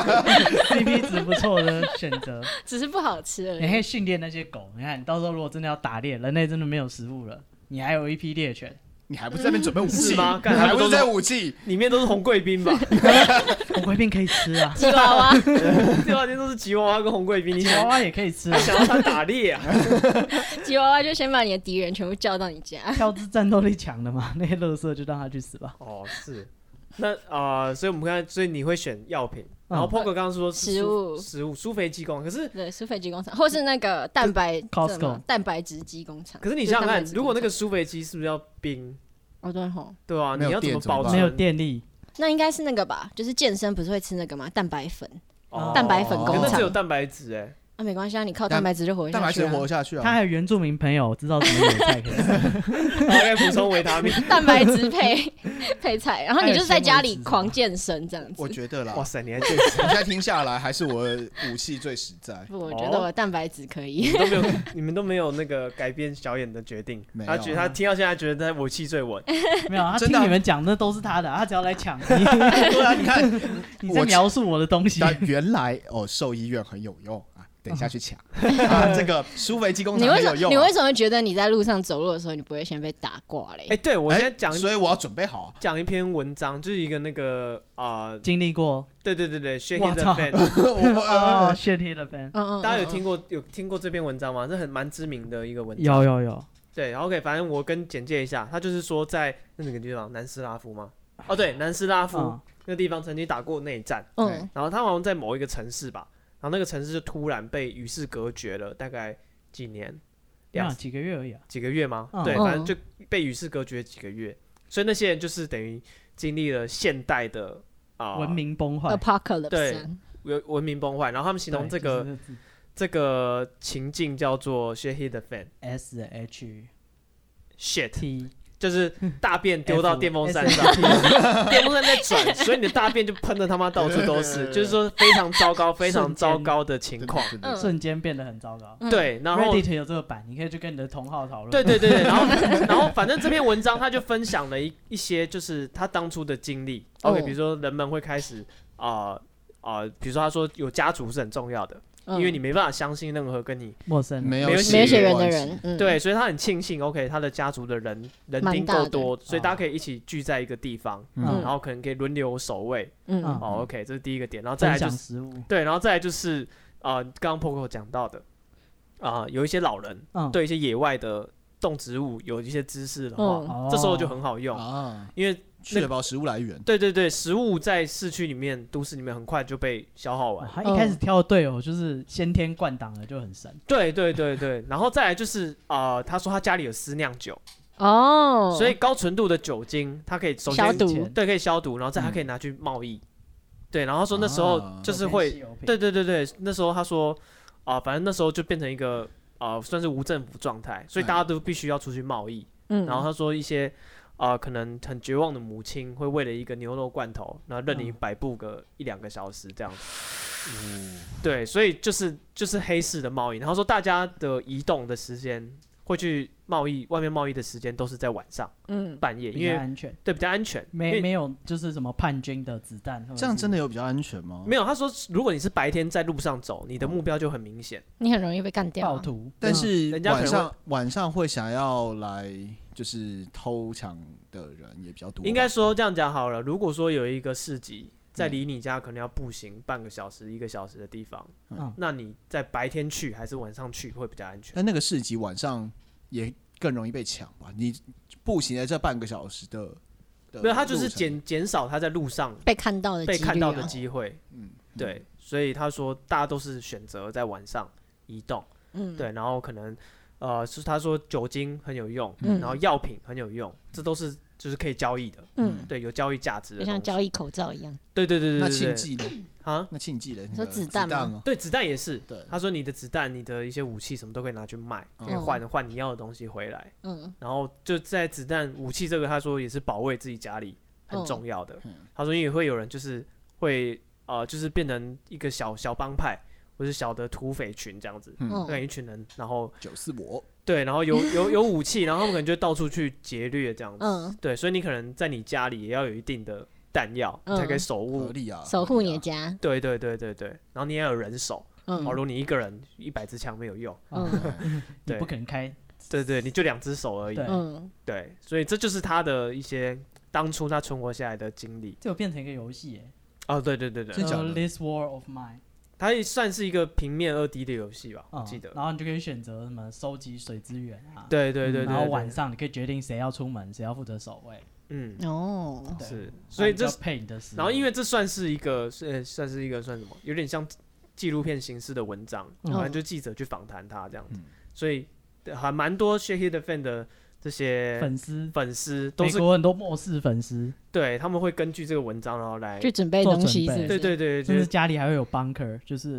，C P 值不错的选择， 只是不好吃而已。 你可以训练那些狗，你看，你到时候如果真的要打猎，人类真的没有食物了，你还有一批猎犬。 你还不是在那边准备武器吗？ 你还不是在武器里面都是红贵宾吧？ 红贵宾可以吃啊， 吉娃娃， 吉娃娃都是吉娃娃跟红贵宾， 吉娃娃也可以吃啊。 想要他打猎啊？ 吉娃娃就先把你的敌人全部叫到你家， 挑支战斗力强的嘛，那些垃圾就让他去死吧。 哦，是。那啊、呃，所以我们看，所以你会选药品，然后 Poker 刚刚说是食物， 食物，苏肥鸡工，可是对，苏肥鸡工厂，或是那个蛋白 Costco 蛋白质鸡工厂。 可是你想想看，如果那个苏肥鸡是不是要冰？ 哦，对吼， 对啊，你要怎么保存？ 没有电力， 那应该是那个吧？就是健身不是会吃那个吗？蛋白粉，哦、蛋白粉工厂， 那只有蛋白质哎、欸。 啊，没关系啊，你靠蛋白质就活下去、啊。 蛋白质活下去啊。 他还有原住民朋友知道怎么野菜可以， 大概补充维他命， 蛋白质配配菜，然后你就是在家里狂健身这样子。 我觉得啦， 哇塞，你还健身！ 我现在听下来，还是我的武器最实在。 不，我觉得我的蛋白质可以。 你们都没有，你们都没有那个改变小眼的决定。他觉得他听到现在觉得他武器最稳。 没有，他听你们讲那都是他的，他只要来抢你。 对啊，你看你在描述我的东西。 原来哦，兽医院很有用啊，等一下去抢啊。这个舒肥鸡工厂很有用、啊。 你为什么会觉得你在路上走路的时候，你不会先被打挂嘞？ 哎、欸，对我现在讲、欸， 所以我要准备好讲一篇文章，就是一个那个啊、呃， 经历过， 对对对对 ，Shit Hit the Fan， 哦 ，Shit Hit the Fan， 大家有听过有听过这篇文章吗？这很蛮知名的一个文章。 有有有。 对 ，OK， 反正我跟简介一下，他就是说在那个地方南斯拉夫吗？哦，对，南斯拉夫、嗯、那个地方曾经打过内战，嗯，然后他好像在某一个城市吧，然后那个城市就突然被与世隔绝了，大概几年， 两几个月而已啊， 几个月吗？嗯、对，反正就被与世隔绝几个月，所以那些人就是等于经历了现代的啊、呃、 文明崩坏 ，apocalypse， 对，文明崩坏，然后他们形容这个、就是、这个情境叫做 shit hit the fan，S H shit T。 就是大便丢到电风扇上，电风扇在转，所以你的大便就喷的他妈到处都是，就是说非常糟糕、非常糟糕的情况， 瞬间变得很糟糕。 对，然后 Reddit 有这个版，你可以去跟你的同好讨论。 对对对对，然后然后反正这篇文章他就分享了一一些就是他当初的经历。OK， 比如说人们会开始啊啊、呃呃，比如说他说有家族是很重要的。因为你没办法相信任何跟你陌生没有没有血缘的人、 嗯，对，所以他很庆幸 ，OK， 他的家族的人人丁够多，所以大家可以一起聚在一个地方，嗯、然后可能可以轮流守卫，嗯，哦 ，OK， 这是第一个点，然后再来就是对，然后再来就是啊，刚、呃、刚 Poco 讲到的啊、呃，有一些老人、嗯、对一些野外的动植物有一些知识的话，嗯、这时候就很好用，哦、因为。 确保食物来源。 对对对，食物在市区里面、都市里面很快就被消耗完。 他一开始挑的队友就是先天灌档的，就很神。 对对对对，然后再来就是呃，他说他家里有私酿酒哦， 所以高纯度的酒精，它可以首先消毒， 对，可以消毒，然后再还可以拿去贸易。嗯、对，然后说那时候就是会，对对对对，那时候他说啊、呃，反正那时候就变成一个啊、呃，算是无政府状态，所以大家都必须要出去贸易。嗯，然后他说一些。啊、呃，可能很绝望的母亲会为了一个牛肉罐头，然后任你摆布个一两个小时这样子。嗯，对，所以就是就是黑市的贸易。然后说大家的移动的时间会去贸易，外面贸易的时间都是在晚上，嗯，半夜，因为安全， 对，比较安全， 没没有就是什么叛军的子弹， 这样真的有比较安全吗？ 没有，他说如果你是白天在路上走，你的目标就很明显， 你很容易被干掉、啊， 暴徒。 但是晚上晚上会想要来。就是偷抢的人也比较多。 应该说这样讲好了，如果说有一个市集在离你家可能要步行半个小时、一个小时的地方，嗯、那你在白天去还是晚上去会比较安全？ 但那个市集晚上也更容易被抢吧？你步行的这半个小时的， 没有，他就是减减少他在路上被看到的、啊、 被看到的机会。嗯，对，所以他说大家都是选择在晚上移动。嗯，对，然后可能。呃，是他说酒精很有用，嗯、然后药品很有用，这都是就是可以交易的，嗯，对，有交易价值的， 就像交易口罩一样。 对对对对对。 那庆忌呢？ 啊， 那庆忌的， 你说子弹吗？ 对，子弹也是。对，他说你的子弹、你的一些武器什么都可以拿去卖，可以换换你要的东西回来。嗯。然后就在子弹、武器这个，他说也是保卫自己家里很重要的。嗯、他说因为会有人就是会呃，就是变成一个小小帮派。或是小的土匪群这样子，嗯，一群人，然后九四我， 对，然后有有有武器，然后他们可能就到处去劫掠这样子，嗯，对，所以你可能在你家里也要有一定的弹药，嗯、才可以守护， 啊、 守护你的家。 对对对对对，然后你也要有人手，嗯，哦，如果你一个人一百支枪没有用， 嗯，对，你不可能开， 对对，你就两只手而已，嗯，对，所以这就是他的一些当初他存活下来的经历， 这有变成一个游戏耶， 哦，对对对对， 叫 This War of Mine。 它也算是一个平面二 D 的游戏吧，我记得、 嗯。然后你就可以选择什么收集水资源啊， 对对 对, 對, 對, 對。 然后晚上你可以决定谁要出门，谁要负责守卫。 嗯， 哦， 是，所以这配你的时。 然后因为这算是一个，呃，算是一个算什么，有点像纪录片形式的文章，反正、嗯、就记者去访谈他这样子，嗯、所以还蛮多 Shit Hit the Fan 的。这些粉丝粉丝都是美国很多末世粉丝， 对，他们会根据这个文章然后来去准备东西是不是， 对对对， 甚至家里还会有 bunker， 就是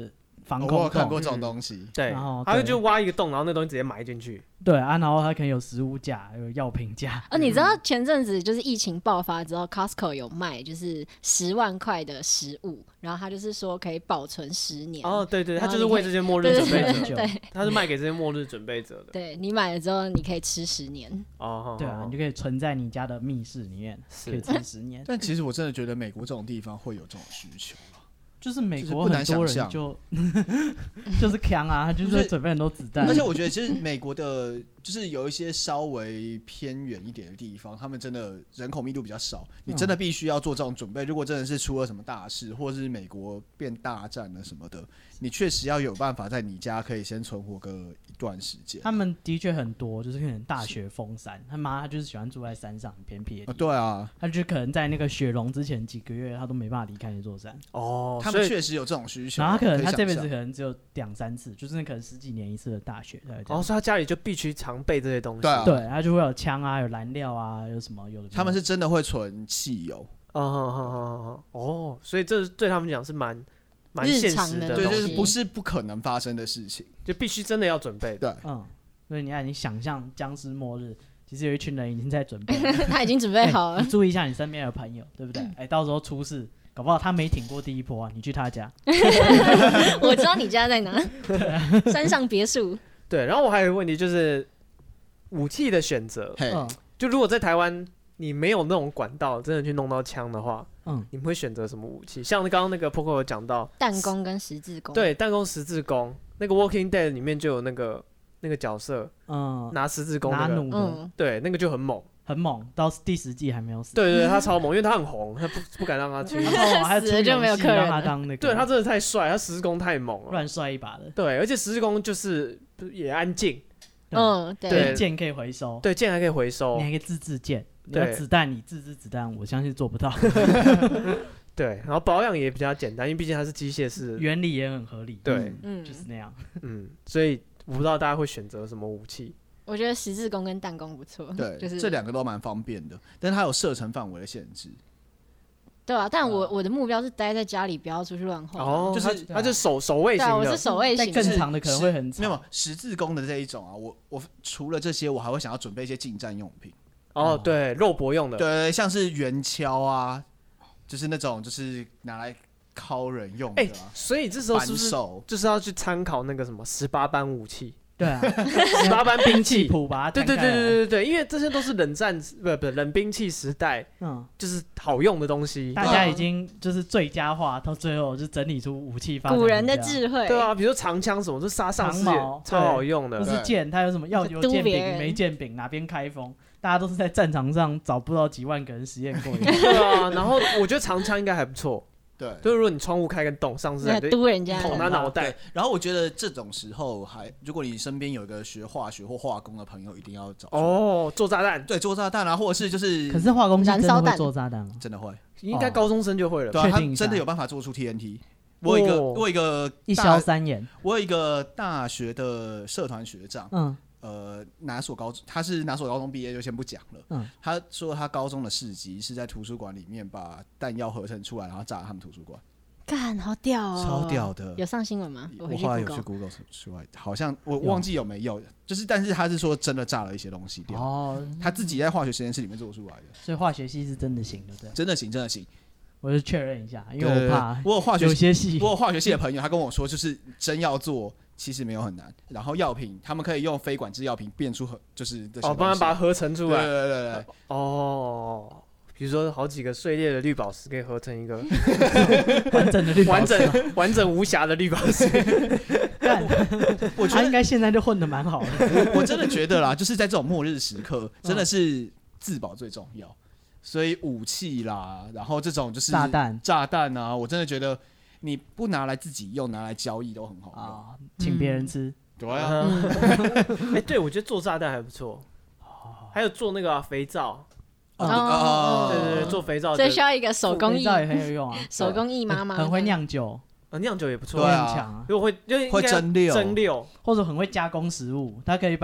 防空洞。我有看过这种东西， 对，然后他就挖一个洞，然后那东西直接埋进去。 对啊，然后它可能有食物架，有药品架。 哦，你知道前阵子就是疫情爆发之后 ，Costco 有卖就是十万块的食物，然后他就是说可以保存十年。 哦，对对，他就是为这些末日准备者， 对， 他是卖给这些末日准备者的。 对你买了之后，你可以吃十年。 哦，对啊，你就可以存在你家的密室里面，可以吃十年。 但其实我真的觉得美国这种地方会有这种需求。 就是美国很多人就就是强啊，他就是会准备很多子弹。 而且我觉得其实美国的，就是有一些稍微偏远一点的地方，他们真的人口密度比较少，你真的必须要做这种准备。如果真的是出了什么大事，或者是美国变大战了什么的，你确实要有办法在你家可以先存活个一段时间。 他们的确很多，就是可能大雪封山，他妈他就是喜欢住在山上很偏僻的地方、 哦、对啊， 他就可能在那个雪融之前几个月，他都没办法离开那座山。 哦， 他们确实有这种需求。 然后他可能他这辈子可能只有两三次，就是可能十几年一次的大雪。 哦，所以他家里就必须常备这些东西。 对啊， 对，他就会有枪啊，有燃料啊，有什么有的。 他们是真的会存汽油。 哦哦哦哦，所以这对他们讲是蛮蛮现实的， 对，就是不是不可能发生的事情， 就必须真的要准备。 对， 嗯，所以你看，你想象僵尸末日。其实有一群人已经在准备了， 他已经准备好了。 欸、你注意一下你身边的朋友，对不对？哎、欸，到时候出事，搞不好他没挺过第一波啊，你去他家。 我知道你家在哪，山上别墅。 对，然后我还有一个问题就是武器的选择。嗯，就如果在台湾你没有那种管道，真的去弄到枪的话，嗯，你们会选择什么武器？像刚刚那个 Poco 有讲到弹弓跟十字弓。 对，弹弓、十字弓，那个 Walking Dead 里面就有那个。那个角色，嗯，拿十字弓、那个， 拿弩的、 嗯，对，那个就很猛， 很猛，到第十季还没有死。 对 对, 对，他超猛，因为他很红，他不不敢让他去， 他死了就没有客人让他当那个。 对他真的太帅，他十字弓太猛了， 乱帅一把的。 对，而且十字弓就是也安静， 嗯， 对，剑可以回收， 对，剑还可以回收， 你还可以自制剑，对，子弹你自制子弹，我相信做不到。 对，然后保养也比较简单，因为毕竟它是机械式， 原理也很合理。 对， 嗯，就是那样。 嗯，所以。我不知道大家会选择什么武器。 我觉得十字弓跟弹弓不错， 对， 就是这两个都蛮方便的，但是它有射程范围的限制。 对啊，但我、嗯、我的目标是待在家里，不要出去乱晃。 哦，就是它就守守卫型的。 对，我是守卫型的。 更长的可能会很没有十字弓的这一种啊，我我除了这些，我还会想要准备一些近战用品。 哦，对，肉搏用的。 对，像是圆锹啊，就是那种就是拿来。敲人用的、啊，哎、 欸，所以这时候是不是就是要去参考那个什么十八般武器？ 对啊， 十八般兵器谱吧？ 对对对对对对，因为这些都是冷战不不冷兵器时代，嗯，就是好用的东西。 大家已经就是最佳化，到最后就整理出武器发展。 古人的智慧， 对啊，比如说长枪什么，就杀上司超好用的。 不是剑，它有什么要有剑柄没剑柄，哪边开封？大家都是在战场上找不到几万个人实验过。 对啊，然后我觉得长枪应该还不错。 对， 就是如果你窗户开个洞，上次嘟人家捅他脑袋。 然后我觉得这种时候还，如果你身边有一个学化学或化工的朋友，一定要找哦，做炸弹， 对，做炸弹啊，或者是就是， 可是化工燃烧弹做炸弹真的会， 应该高中生就会了， 对啊，他真的有办法做出 T N T。我有一个，我有一个一消三言， 我有一个大学的社团学长，嗯。呃，哪所高中？他是哪所高中毕业就先不讲了。嗯，他说他高中的事迹是在图书馆里面把弹药合成出来，然后炸他们图书馆。 干，好屌哦！ 超屌的。 有上新闻吗？ 我后来有去 Google 出来，好像我忘记有没有，就是，但是他是说真的炸了一些东西掉。哦，他自己在化学实验室里面做出来的。 所以化学系是真的行的，对？ 真的行，真的行。 我就确认一下，因为我怕我有化学有些系， 我有化学系的朋友，他跟我说，就是真要做。其实没有很难，然后药品他们可以用非管制药品变出就是这些哦，帮他把它合成出来。 对对对对， 哦，比如说好几个碎裂的绿宝石可以合成一个完整的绿宝石， 完整完整无瑕的绿宝石。 我觉得他应该现在就混得蛮好的。 我我真的觉得啦，就是在这种末日时刻，真的是自保最重要。所以武器啦，然后这种就是炸弹炸弹啊，我真的觉得。你不拿来自己用，拿来交易都很好用，啊、 请别人吃。 嗯、对啊， 哎、欸，对，我觉得做炸弹还不错，还有做那个、啊、肥皂。 哦，哦对对对，做肥皂。 所以需要一个手工艺， 肥皂也很有用啊， 手工艺妈妈很会酿酒， 呃，酿酒也不错， 对啊， 很强啊。 如果会，就会蒸馏， 蒸馏， 或者很会加工食物，它可以把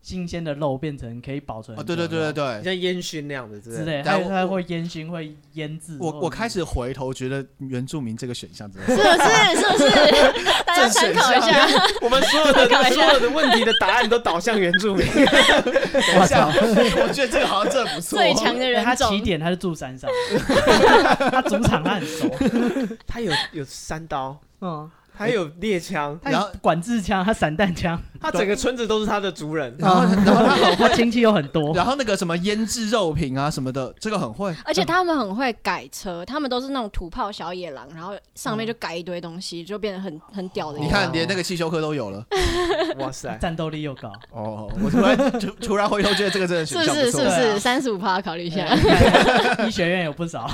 新鲜的肉变成可以保存。 哦，对对对对对， 像烟熏那样的之类，它它会烟熏，会腌制。 我我开始回头觉得原住民这个选项真的是不是是不是？大家参考一下。 我们所有的所有的问题的答案都导向原住民。 我想，我觉得这个好像真的不错。 最强的人种， 他起点他是住山上，他主场他很熟， 他有有三刀，嗯。还有猎枪， 然后管制枪，他散弹枪， 他整个村子都是他的族人， 然后然后他很会， 亲戚有很多， 然后那个什么腌制肉品啊什么的，这个很会， 而且他们很会改车，他们都是那种土炮小野狼，然后上面就改一堆东西，就变得很很屌的。 你看，连那个汽修科都有了， 哇塞， 战斗力又高。 哦，我突然突然回头觉得这个真的选项不错， 是不是是不是三十五趴考虑一下？ 医学院有不少，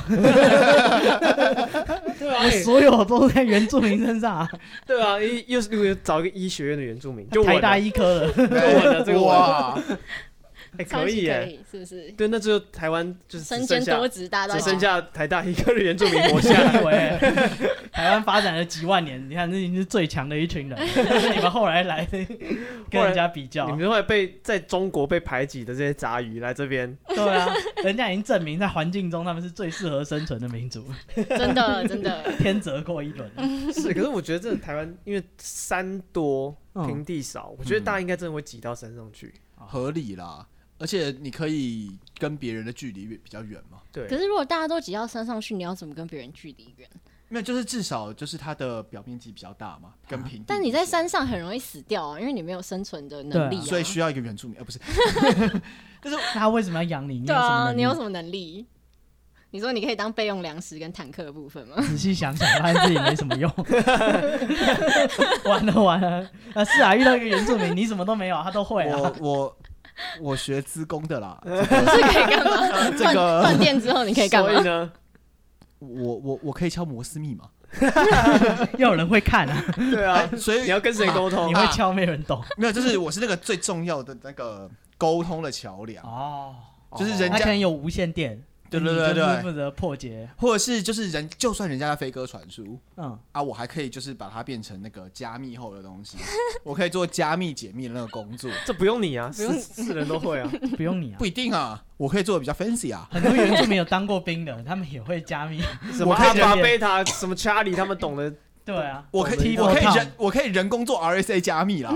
对啊，所有都在原住民身上。 对啊，又是又找一个医学院的原住民，就台大医科的， 就稳了这个哇，哎，可以耶，是不是？ 对，那只有台湾就是身兼多职，大家只剩下台大医科的原住民活下来。 台湾发展了几万年，你看这已经是最强的一群人，你们后来来跟人家比较， 你们后来被在中国被排挤的这些杂鱼来这边， 对啊，人家已经证明在环境中他们是最适合生存的民族， 真的真的天择过一轮。 是，可是我觉得这台湾因为山多平地少，我觉得大家应该真的会挤到山上去， 合理啦。而且你可以跟别人的距离比较远嘛。 对。 可是如果大家都挤到山上去，你要怎么跟别人距离远？ 没有，就是至少就是它的表面积比较大嘛，跟平地。 但你在山上很容易死掉啊，因为你没有生存的能力、啊， 所以需要一个原住民，而、呃、不是。 但是他为什么要养你？ 对啊，你有什么能力？你说你可以当备用粮食跟坦克的部分吗？ 仔细想想，发现自己没什么用。完了完了，啊是啊，遇到一个原住民，你什么都没有，他都会啊。 我我我学资工的啦， 这个、是可以干嘛？ 呃、这个断电之后你可以干嘛？ 所以呢， 我我我可以敲摩斯密码。 要有人会看啊， 对啊， 所以你要跟谁沟通？ 你会敲，没人懂。 没有，就是我是那个最重要的那个沟通的桥梁哦，就是人家他可能有无线电。 对对对对， 负责破解， 或者是就是人，就算人家在飞鸽传书，嗯啊，我还可以就是把它变成那个加密后的东西，我可以做加密解密的那个工作。 这不用你啊，是是人都会啊， 不用你啊， 不一定啊，我可以做的比较 fancy 啊。 很多原住民有当过兵的，他们也会加密， 什么阿巴贝塔，什么查理，他们懂得。 对啊， 我可以，我可以人，我可以人工做 R S A 加密啦。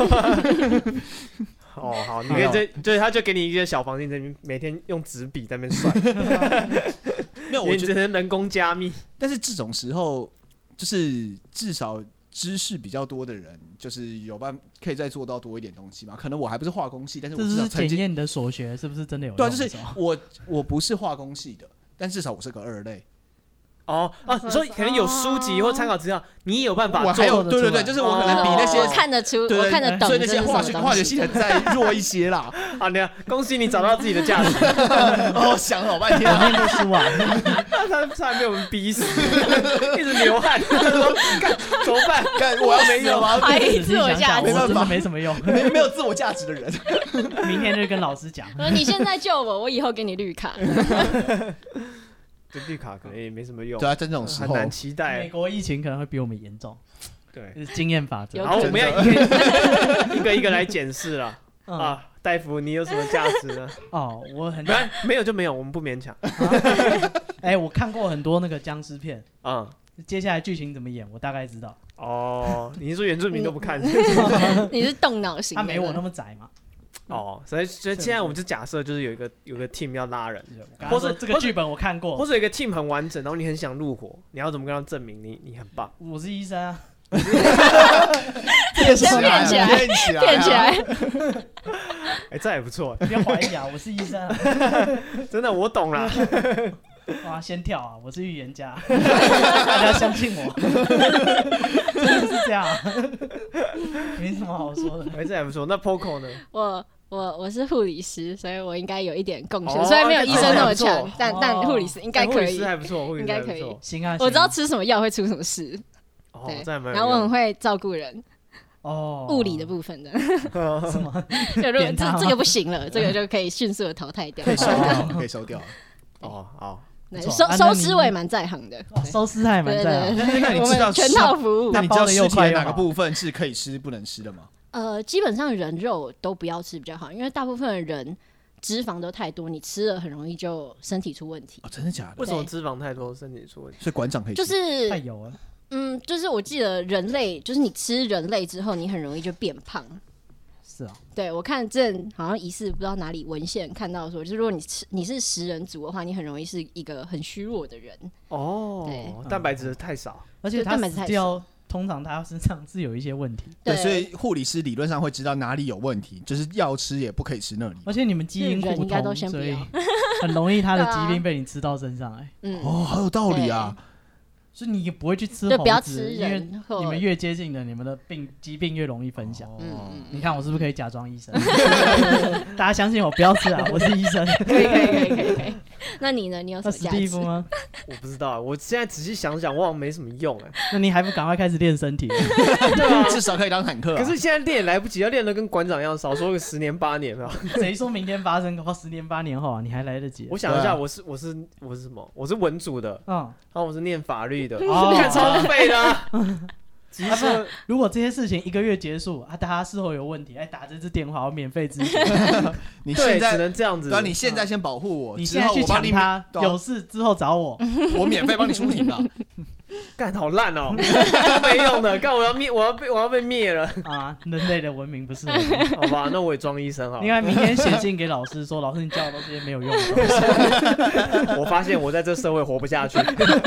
哦，好，你可以这，对，他就给你一个小房间，在那边每天用纸笔在那边算。 没有，我觉得人工加密。 但是这种时候，就是至少知识比较多的人，就是有办可以再做到多一点东西嘛。可能我还不是化工系，但是我至少检验你的所学是不是真的有用？ 对啊，就是我我不是化工系的，但至少我是个二类。 哦啊，你说可能有书籍或参考资料，你也有办法做。 我还有对对对，就是我可能比那些我看得出，我看得懂， 所以那些化学化学系的再弱一些啦。 好，你看，恭喜你找到自己的价值。 哦，想了老半天， 我念过书啊， 他差点被我们逼死，一直流汗，干怎么办？ 干我要没有啊， 怀疑自我价值， 没办法，没什么用， 没没有自我价值的人， 明天就跟老师讲， 你现在救我，我以后给你绿卡。 这绿卡可能也没什么用， 对啊，在这种时候很难期待。 美国疫情可能会比我们严重， 对， 是经验法则。 然后我们要一个一个一个来检视了啊，大夫，你有什么价值呢？ 哦，我很没没有就没有，我们不勉强。 哎，我看过很多那个僵尸片，嗯，接下来剧情怎么演，我大概知道。 哦，你是说原住民都不看？ 你是动脑型， 他没我那么窄嘛。 哦，所以所以现在我们就假设就是有一个有个 team 要拉人， 或者这个剧本我看过， 或者有一个 team 很完整，然后你很想入伙，你要怎么跟他证明你你很棒？ 我是医生啊， 骗起来， 骗起来， 骗起来。 哎，这也不错， 不要怀疑啊，我是医生啊， 真的我懂了。 哇，先跳啊！我是预言家，大家相信我，真的是这样、啊，没什么好说的。 哎，这还不错。那 Poco 呢？ 我我我是护理师，所以我应该有一点贡献。虽然没有医生那么强，但但护理师应该可以。 护理师还不错， 应该可以。 行啊， 我知道吃什么药会出什么事。对，然后我很会照顾人。哦，物理的部分的， 什么？ 就如果这这个不行了，这个就可以迅速的淘汰掉， 可以收掉，可以收掉。 哦，好。 收收尸我也蛮在行的， 收尸他也蛮在行。 那你知道全套服务？ 那你知道尸体哪个部分是可以吃不能吃的吗？ 呃，基本上人肉都不要吃比较好，因为大部分的人脂肪都太多，你吃了很容易就身体出问题。 哦，真的假的？ 为什么脂肪太多身体出问题？ 所以馆长可以吃， 就是太油了。 嗯，就是我记得人类，就是你吃人类之后，你很容易就变胖。 是啊， 对我看这好像疑似不知道哪里文献看到说，就是如果你吃你是食人族的话，你很容易是一个很虚弱的人。 哦， 对， 蛋白质太少， 而且他死掉，通常他身上是有一些问题。 对，所以护理师理论上会知道哪里有问题，就是要吃也不可以吃那里。 而且你们基因互通，所以很容易他的疾病被你吃到身上来。 嗯， 哦，好有道理啊。 所以你也不会去吃猴子， 就不要吃人， 因为你们越接近的，你们的病疾病越容易分享。 嗯， 你看我是不是可以假装医生？大家相信我，不要吃啊，我是医生。 可以可以可以可以可以。那你呢？你有什么价值？ 史蒂夫吗？ 我不知道，我现在仔细想想，我好像没什么用哎。 那你还不赶快开始练身体？ 对啊， 至少可以当坦克。 可是现在练也来不及，要练得跟馆长一样，少说个十年八年啊。 谁说明天发生？搞十年八年后啊，你还来得及。 我想一下，我是我是我是什么？我是文组的，嗯，然后我是念法律的， 哦， 看超废的。 啊、不如果这些事情一个月结束啊，大家是否有问题，哎，打这支电话我免费咨询。 你现在只能这样子， 对，你现在先保护我， 你现在去抢他，有事之后找我， 我免费帮你出庭了。 干好烂哦，没用的，干我要灭，我要被我要被灭了啊！人类的文明不是， 好吧，那我也装医生好了。 应该明天写信给老师说，老师你教我这些没有用的。 我发现我在这社会活不下去。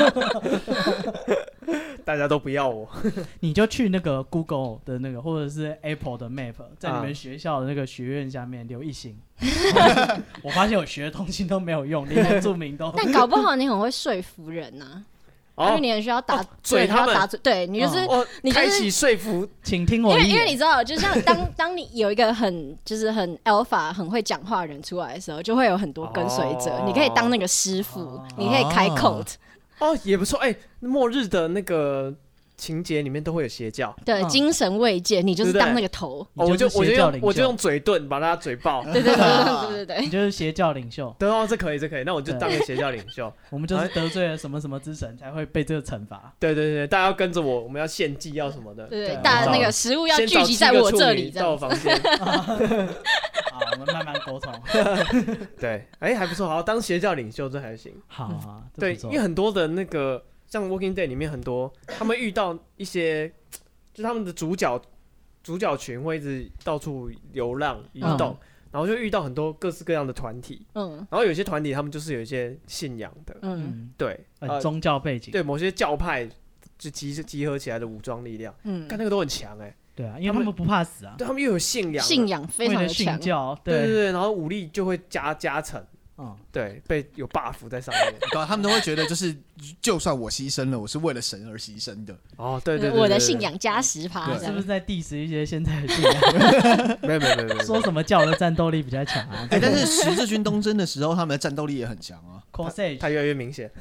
大家都不要我， 你就去那个 Google 的那个，或者是 Apple 的 Map， 在你们学校的那个学院下面留一星。我发现我学的东西都没有用，连原住民都。 但搞不好你很会说服人呐、啊，哦、因为你很需要打、哦、 嘴他们， 打嘴，对你就是、 哦、 你就是开启说服， 请听我因为因为你知道，就像当当你有一个很就是很 alpha 很会讲话的人出来的时候，就会有很多跟随者、哦，你可以当那个师傅、哦，你可以开 code。 哦，也不错哎、欸，末日的那个情节里面都会有邪教， 对，嗯、精神慰藉，你就是当那个头， 哦、我就我就用我就用嘴遁把他嘴爆， 对对对对对对， 你就是邪教领袖， 对哦，这可以这可以，那我就当个邪教领袖， 我们就是得罪了什么什么之神才会被这个惩罚， 对对对，大家要跟着我，我们要献祭要什么的， 对对，大家那个食物要聚集在我这里， 到我房间。 好，我们慢慢沟通。 对，哎、欸，还不错，好，当邪教领袖这还行。 好啊， 对，因为很多的那个像《Walking Dead》里面很多，他们遇到一些，就是他们的主角主角群会一直到处流浪移动、嗯，然后就遇到很多各式各样的团体。嗯，然后有些团体他们就是有一些信仰的，嗯，对， 呃、宗教背景， 对某些教派就集集合起来的武装力量，嗯，看那个都很强哎、欸。 对啊，因为他们不怕死啊， 对他们又有信仰， 信仰非常的强， 对对对，然后武力就会加加成，嗯，对，被有 buff 在上面， 对、啊，他们都会觉得就是，就算我牺牲了，我是为了神而牺牲的。 哦，对 对, 对, 对, 对， 我的信仰加十趴， 是不是在 diss 一些现在的信仰？ 没有没有没有， 说什么教的战斗力比较强啊？ 哎、欸，但是十字军东征的时候，他们的战斗力也很强啊。 Corsage， 它越来越明显。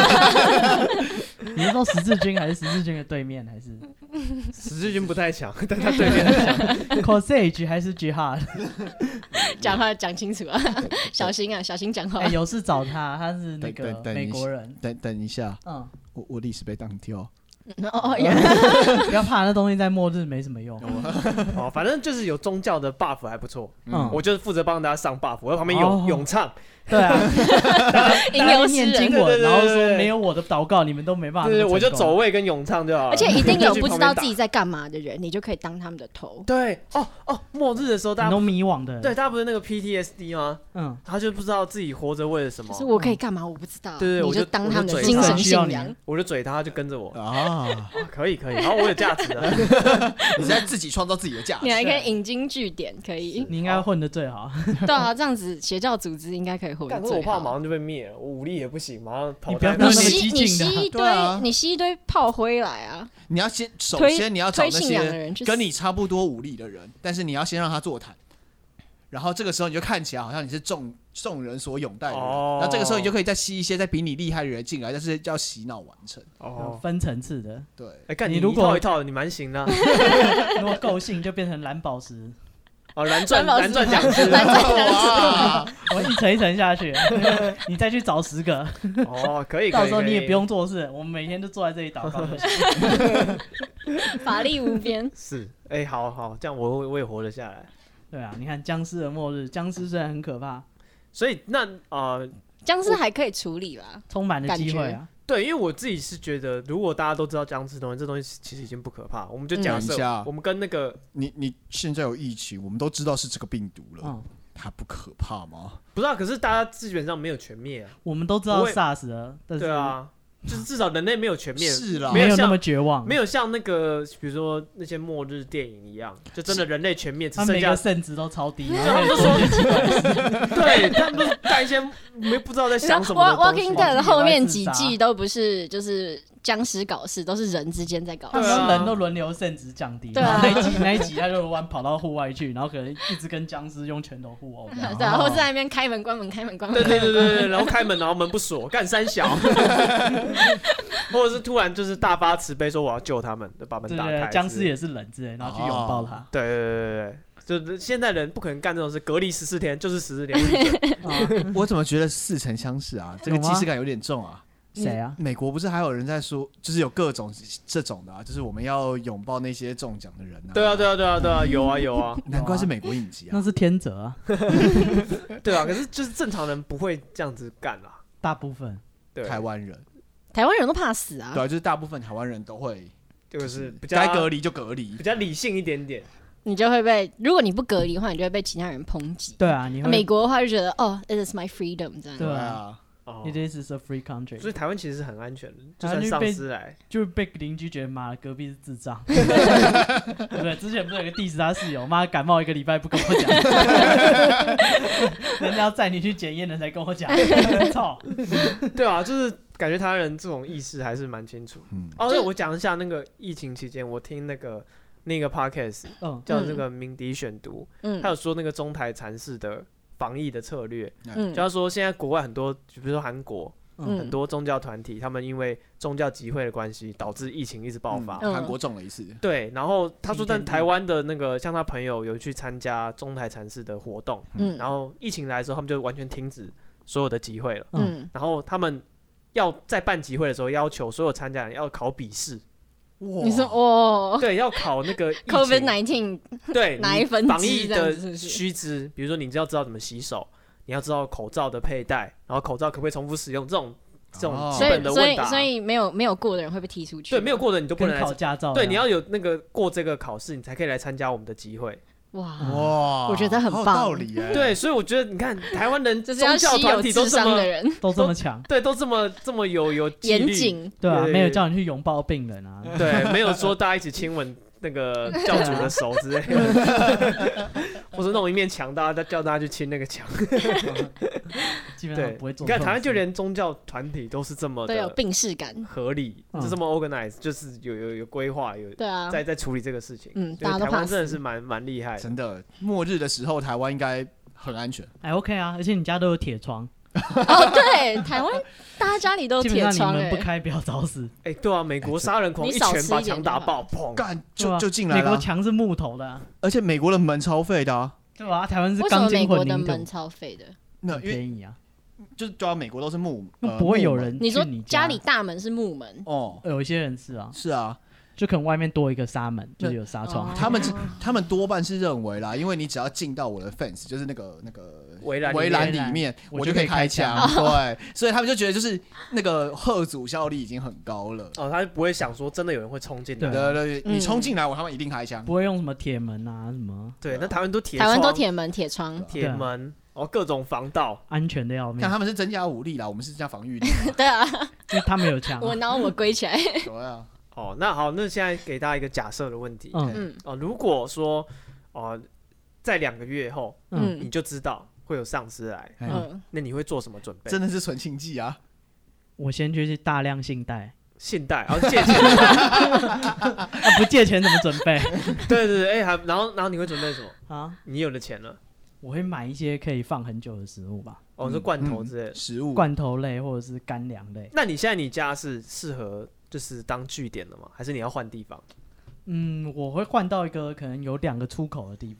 你是说十字军还是十字军的对面还是？ 十字军不太强，但他对面很强。 Corsage 还是 Jihad？ 讲话讲清楚啊，小心啊，小心讲话。 哎、欸，有事找他，他是那个美国人。 等等一下，嗯，我我历史被当掉。 哦， 不要怕，那东西在末日没什么用。 哦，反正就是有宗教的 buff 还不错。嗯，我就是负责帮大家上 buff，我在旁边咏咏唱。 对啊， 吟游念经文，然后说没有我的祷告，你们都没办法。 对对，我就走位跟咏唱就好了。 而且一定有不知道自己在干嘛的人，你就可以当他们的头。 对，哦哦，末日的时候大家都迷惘的。 对，大家不是那个 P T S D 吗？嗯，他就不知道自己活着为了什么。 是我可以干嘛？我不知道。 对对， 你就当他们的精神信仰。 我就嘴他，他就跟着我啊，可以可以。然后我有价值的， 你在自己创造自己的价值。 你还可以引经据典，可以。 你应该混得最好。 对啊，这样子邪教组织应该可以混得最好。 我怕马上就被灭了，我武力也不行，马上跑。 你不要那么激进的。你吸一堆， 啊、 你吸一堆炮灰来啊！ 你要先，首先你要找那些跟你差不多武力的人，但是你要先让他座谈。然后这个时候你就看起来好像你是众众人所拥戴的人，哦、然后这个时候你就可以再吸一些在比你厉害的人进来，但是要洗脑完成。 哦，分层次的。 对， 哎，干你如果一套一套，你蛮行的。 如果够信就变成蓝宝石。 哦，蓝钻蓝钻讲师， 蓝钻讲师，我一层一层下去，你再去找十个。 哦，可以， 到时候你也不用做事，我们每天都坐在这里祷告就行。 法力无边。 是，哎、欸，好好，这样我我也活得下来。 对啊，你看僵尸的末日，僵尸虽然很可怕， 所以那呃， 僵尸还可以处理啦， 充满了机会啊。 对，因为我自己是觉得，如果大家都知道僵尸东西，这东西其实已经不可怕。我们就假设，嗯、我们跟那个你你现在有疫情，我们都知道是这个病毒了，嗯、它不可怕吗？ 不知道、啊，可是大家基本上没有全灭啊。 我们都知道 SARS 了，但是对啊。就是至少人类没有全灭， 是啦， 没有那么绝望， 没有像那个比如说那些末日电影一样，就真的人类全灭，只剩下他每个甚值都超低， 他们就说，对他们都带一些没不知道在想什么的东西。 Walking Dead 后面几季都不是就是僵尸搞事，都是人之间在搞事， 啊、人都轮流甚值降低。对啊，那一集那一集他就弯跑到户外去，然后可能一直跟僵尸用拳头互殴， 对，然后在那边开门关门开门关门， 对对对对对，然后开门然后门不锁，干三小。或者是突然就是大发慈悲说我要救他们，就把门打开。 僵尸也是人之类，然后去拥抱他。 对对对对对，就是现在人不可能干这种事，隔离十四天就是十四天。 我怎么觉得似曾相识啊？这个既视感有点重啊。 谁啊？ 美国不是还有人在说，就是有各种这种的啊，就是我们要拥抱那些中奖的人啊。 对啊对啊对啊对啊，有啊有啊。 难怪是美国影集啊。 那是天责啊。 对啊，可是就是正常人不会这样子干啦。 大部分对台湾人。 台湾人都怕死啊！ 对啊，就是大部分台湾人都会， 就是比较该隔离就隔离， 比较理性一点点。 你就会被，如果你不隔离的话，你就会被其他人抨击。 对啊，你会美国的话就觉得哦 ，it is my freedom 这样。 对啊。It is a free country， 所以台湾其实是很安全的，就算丧尸来， 就是被邻居觉得妈隔壁是智障，对不对？之前不是有个 diss 他室友，妈感冒一个礼拜不跟我讲，人家要载你去检验的才跟我讲，操！ 对啊，就是感觉台湾人这种意识还是蛮清楚。嗯，哦，对，我讲一下那个疫情期间，我听那个那个 podcast， 嗯，叫那个鸣笛选读，嗯，他有说那个中台禅寺的防疫的策略，嗯，就他说现在国外很多，比如说韩国，嗯，很多宗教团体，他们因为宗教集会的关系，导致疫情一直爆发。 韩、嗯、国中了一次。 对，然后他说，但台湾的那个像他朋友有去参加中台禅寺的活动，嗯，然后疫情来的时候，他们就完全停止所有的集会了，嗯，然后他们要在办集会的时候，要求所有参加人要考笔试。 你说哇， 对，要考那个 COVID 十九对哪一分防疫的须知，比如说你要知道怎么洗手，你要知道口罩的佩戴，然后口罩可不可以重复使用，这种这种基本的问答。 所以所以没有没有过的人会被踢出去。 对，没有过的你都不能来考驾照。 对，你要有那个过这个考试，你才可以来参加我们的集会。 哇哇，我觉得很棒， 道理哎。 对，所以我觉得你看台湾人宗教团体都这么都这么强， 对，都这么这么有有严谨， 对啊，没有叫你去拥抱病人啊， 对，没有说大家一起亲吻那个教主的手之类的，或是弄一面墙，大家叫大家去亲那个墙， 基本上不会做。 你看台湾就连宗教团体都是这么的有病识感， 合理，就这么 organize， 就是有有有规划，有对啊， 在在处理这个事情。 嗯，大家都台湾真的是蛮蛮厉害的， 真的。末日的时候，台湾应该很安全。 哎 ，OK 啊，而且你家都有铁窗。 哦，对，台湾大家家里都有铁窗， 基本上你们不开不要找死。 哎，对啊，美国杀人狂一拳把墙打爆，砰， 干就就进来了。 美国墙是木头的，啊， 而且美国的门超废的啊。 对吧？台湾是钢筋混凝土。 为什么美国的门超废的？ 那便宜啊， 就是对啊，美国都是木， 不会有人。 你说家里大门是木门哦，有一些人是啊， 是啊。 就可能外面多一个纱门，就是有纱窗。 他们他们多半是认为啦，因为你只要进到我的 fence， 就是那个那个围栏围栏里面，我就可以开枪。对，所以他们就觉得就是那个吓阻效力已经很高了。 哦，他就不会想说真的有人会冲进来。 对对对，你冲进来，我他们一定开枪。 不会用什么铁门啊什么。 对，那台湾都铁， 台湾都铁门、铁窗、 铁门，哦，各种防盗， 安全的要命。 看他们是增加武力啦，我们是增加防御力。 对啊， 因为他们有枪。 我然后我归起来。 对啊。 哦，那好，那现在给大家一个假设的问题，嗯，哦，如果说，哦、呃，在两个月后，嗯，你就知道会有丧尸来，嗯，那你会做什么准备？ 真的是纯庆忌啊！ 我先去大量信贷， 信贷，然后借钱， 啊，不借钱怎么准备？ 对对对，哎、欸，还然后然后你会准备什么啊？ 你有了钱了， 我会买一些可以放很久的食物吧， 哦，是罐头之类的、 嗯、食物， 罐头类或者是干粮类。 那你现在你家是适合？就是当据点了吗？还是你要换地方？ 嗯，我会换到一个可能有两个出口的地方，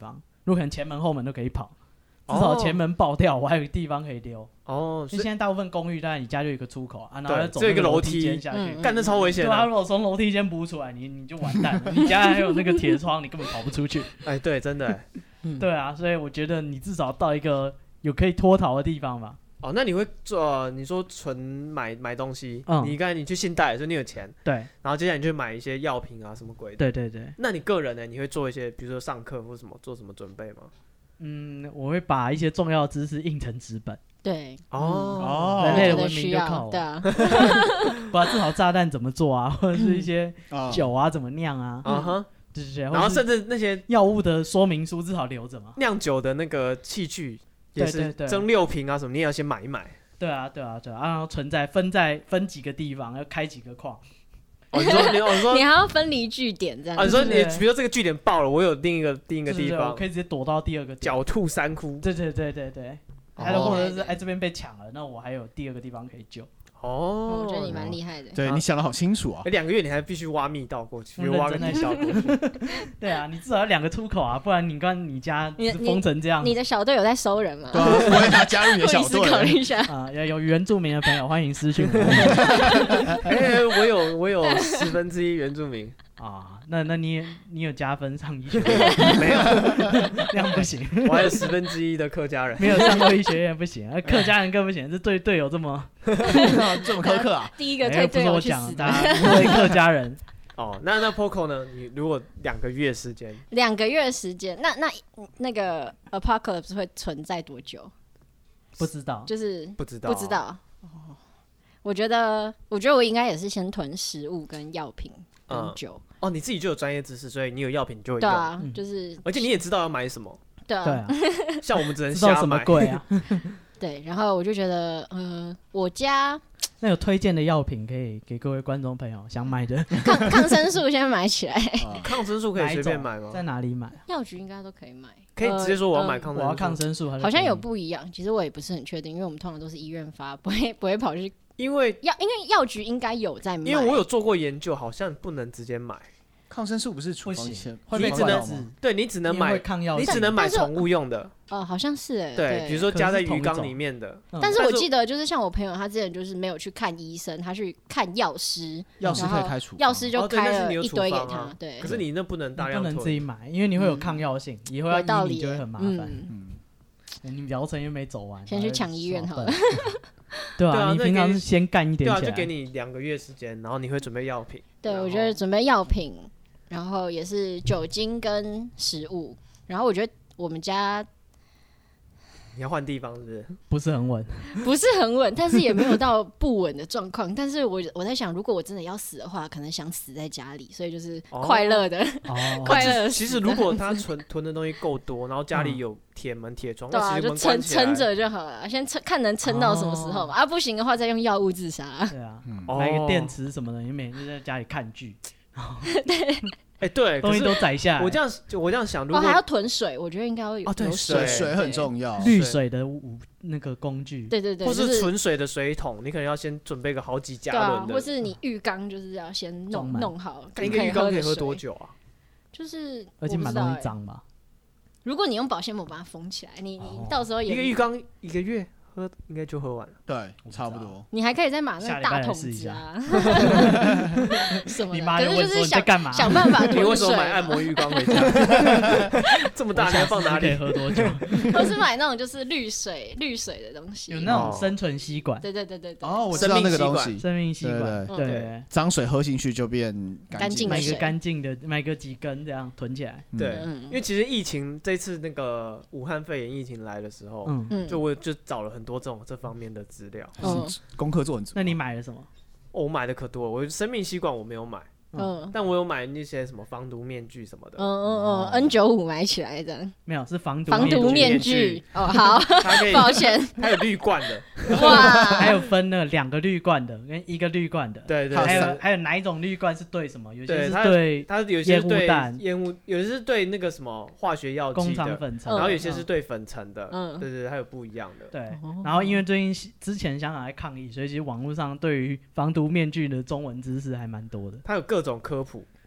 如果可能前门后门都可以跑，至少前门爆掉，我还有地方可以溜。 哦， 因为现在大部分公寓，当然你家就有一个出口啊，然后要走一个楼梯间下去， 干得超危险的。 对啊，如果从楼梯间补出来，你你就完蛋了。你家还有那个铁窗，你根本跑不出去。 哎，对，真的。 对啊，所以我觉得你至少到一个有可以脱逃的地方吧。 哦，那你会做、呃？你说纯买买东西，嗯、你刚才你去信贷，所以你有钱， 对， 然后接下来你去买一些药品啊什么鬼的， 对对对。 那你个人呢？你会做一些，比如说上课或什么，做什么准备吗？ 嗯，我会把一些重要的知识印成纸本。 对， 哦， 人类的文明就靠我。 对啊， 不然至少炸弹怎么做啊，或者是一些酒啊怎么酿啊，嗯哼，对对对。 然后甚至那些药物的说明书至少留着嘛。 酿酒的那个器具。也是蒸馏瓶啊什么，你也要先买一买。 对啊，对啊，对啊，然后存在分在分几个地方，要开几个矿。 哦，你说你哦，你说你还要分离据点这样。 啊，你说你比如说这个据点爆了，我有另一个另一个地方， 我可以直接躲到第二个狡兔三窟。 对对对对对，还有或者是哎这边被抢了，那我还有第二个地方可以救。 哦，我觉得你蛮厉害的。 对你想得好清楚啊！ 两个月你还必须挖密道过去，挖个地道过去。 对啊，你至少要两个出口啊，不然你刚你家封成这样。 你的小队有在收人吗？ 对啊，我也想加入你的小队。 考虑一下啊，有有原住民的朋友欢迎私讯我。 哎，我有我有十分之一原住民。 啊，那那你你有加分上医学院没有？ 这样不行。 我还有十分之一的客家人， 没有上过医学院不行，客家人更不行，这对队友这么这么苛刻啊！ 第一个对队友去死的， 不会客家人。 哦，那那 Poco 呢？你如果两个月时间， 两个月时间，那那那个 Apocalypse 会存在多久？ 不知道， 就是不知道， 不知道。哦，我觉得，我觉得我应该也是先囤食物跟药品。很久、嗯、 哦，你自己就有专业知识，所以你有药品就会用。 对啊，就是， 而且你也知道要买什么。 对啊， 对啊像我们只能瞎买。 知道什么贵啊？ 对，然后我就觉得，呃，我家那有推荐的药品可以给各位观众朋友想买的。 抗抗生素先买起来。 抗生素可以随便买吗？ 在哪里买？ 药局应该都可以买。 可以直接说我要买抗生素。 呃、我要抗生素， 好像有不一样。其实我也不是很确定，因为我们通常都是医院发，不会不会跑去。 因为药，因为药局应该有在卖。 因为我有做过研究，好像不能直接买。 抗生素不是处方签， 你只能对你只能买抗药， 你只能买宠物用的。 哦，好像是哎。 对，比如说加在鱼缸里面的。 但是我记得就是像我朋友，他之前就是没有去看医生，他去看药师， 药师可以开处方， 药师就开了一堆给他。对。 可是你那不能大量， 不能自己买，因为你会有抗药性，以后要医你就会很麻烦。嗯。你疗程又没走完， 先去抢医院好了。 对啊，你平常是先干一点起来。 对啊，就给你两个月时间，然后你会准备药品。 对，我觉得准备药品。然后也是酒精跟食物，然后我觉得我们家你要换地方是不是？ 不是很稳， 不是很稳，但是也没有到不稳的状况。但是我我在想，如果我真的要死的话，可能想死在家里，所以就是快乐的，哦、快乐的。 其实如果他囤囤的东西够多，然后家里有铁门、铁窗， 对啊， 就撑撑着就好了，先撑看能撑到什么时候嘛。哦、啊，不行的话再用药物自杀。 对啊，嗯、买个电池什么的，你每天在家里看剧。 对， 哎、欸，对， 东西都载下来。 我这样，就我这样想，如果、 哦、还要囤水，我觉得应该要有。 哦，对， 水水很重要， 滤水的那个工具。 对对对， 或是纯水的水桶，你可能要先准备个好几加仑的、 啊。或是你浴缸就是要先弄弄好。 一个浴缸可以喝多久啊？ 就是， 而且蛮容易脏吧。 如果你用保鲜膜把它封起来，你你到时候也一个浴缸一个月。喝应该就喝完了， 对，差不多。 你还可以再买那个大桶子啊，什么的。 你妈就问说你在干嘛？ 想办法囤水。 你为什么买按摩浴缸回家？这么大，你要放哪里？ 喝多久？ 或是买那种就是滤水、滤水的东西， 有那种生存吸管。 对对对对对。 哦，我知道那个东西， 生命吸管。对， 脏水喝进去就变干净。 买个干净的，买个几根这样囤起来。 对，因为其实疫情这次那个武汉肺炎疫情来的时候，嗯，就我就找了很多这种这方面的资料， 嗯，功课做很足。 那你买了什么？ 哦，我买的可多了，我生命吸管我没有买，嗯，但我有买那些什么防毒面具什么的， 嗯嗯嗯 ，N 九五 买起来的， 没有，是防毒防毒面具。哦，好，抱歉， 还有绿罐的， 哇， 还有分了两个绿罐的跟一个绿罐的， 对对， 还有还有哪一种绿罐是对什么？有些是对， 它有些是对烟雾，有些是对那个什么化学药剂的， 工厂粉尘， 然后有些是对粉尘的，嗯，对对，还有不一样的， 对。然后因为最近之前香港在抗议，所以其实网络上对于防毒面具的中文知识还蛮多的， 它有各种科普。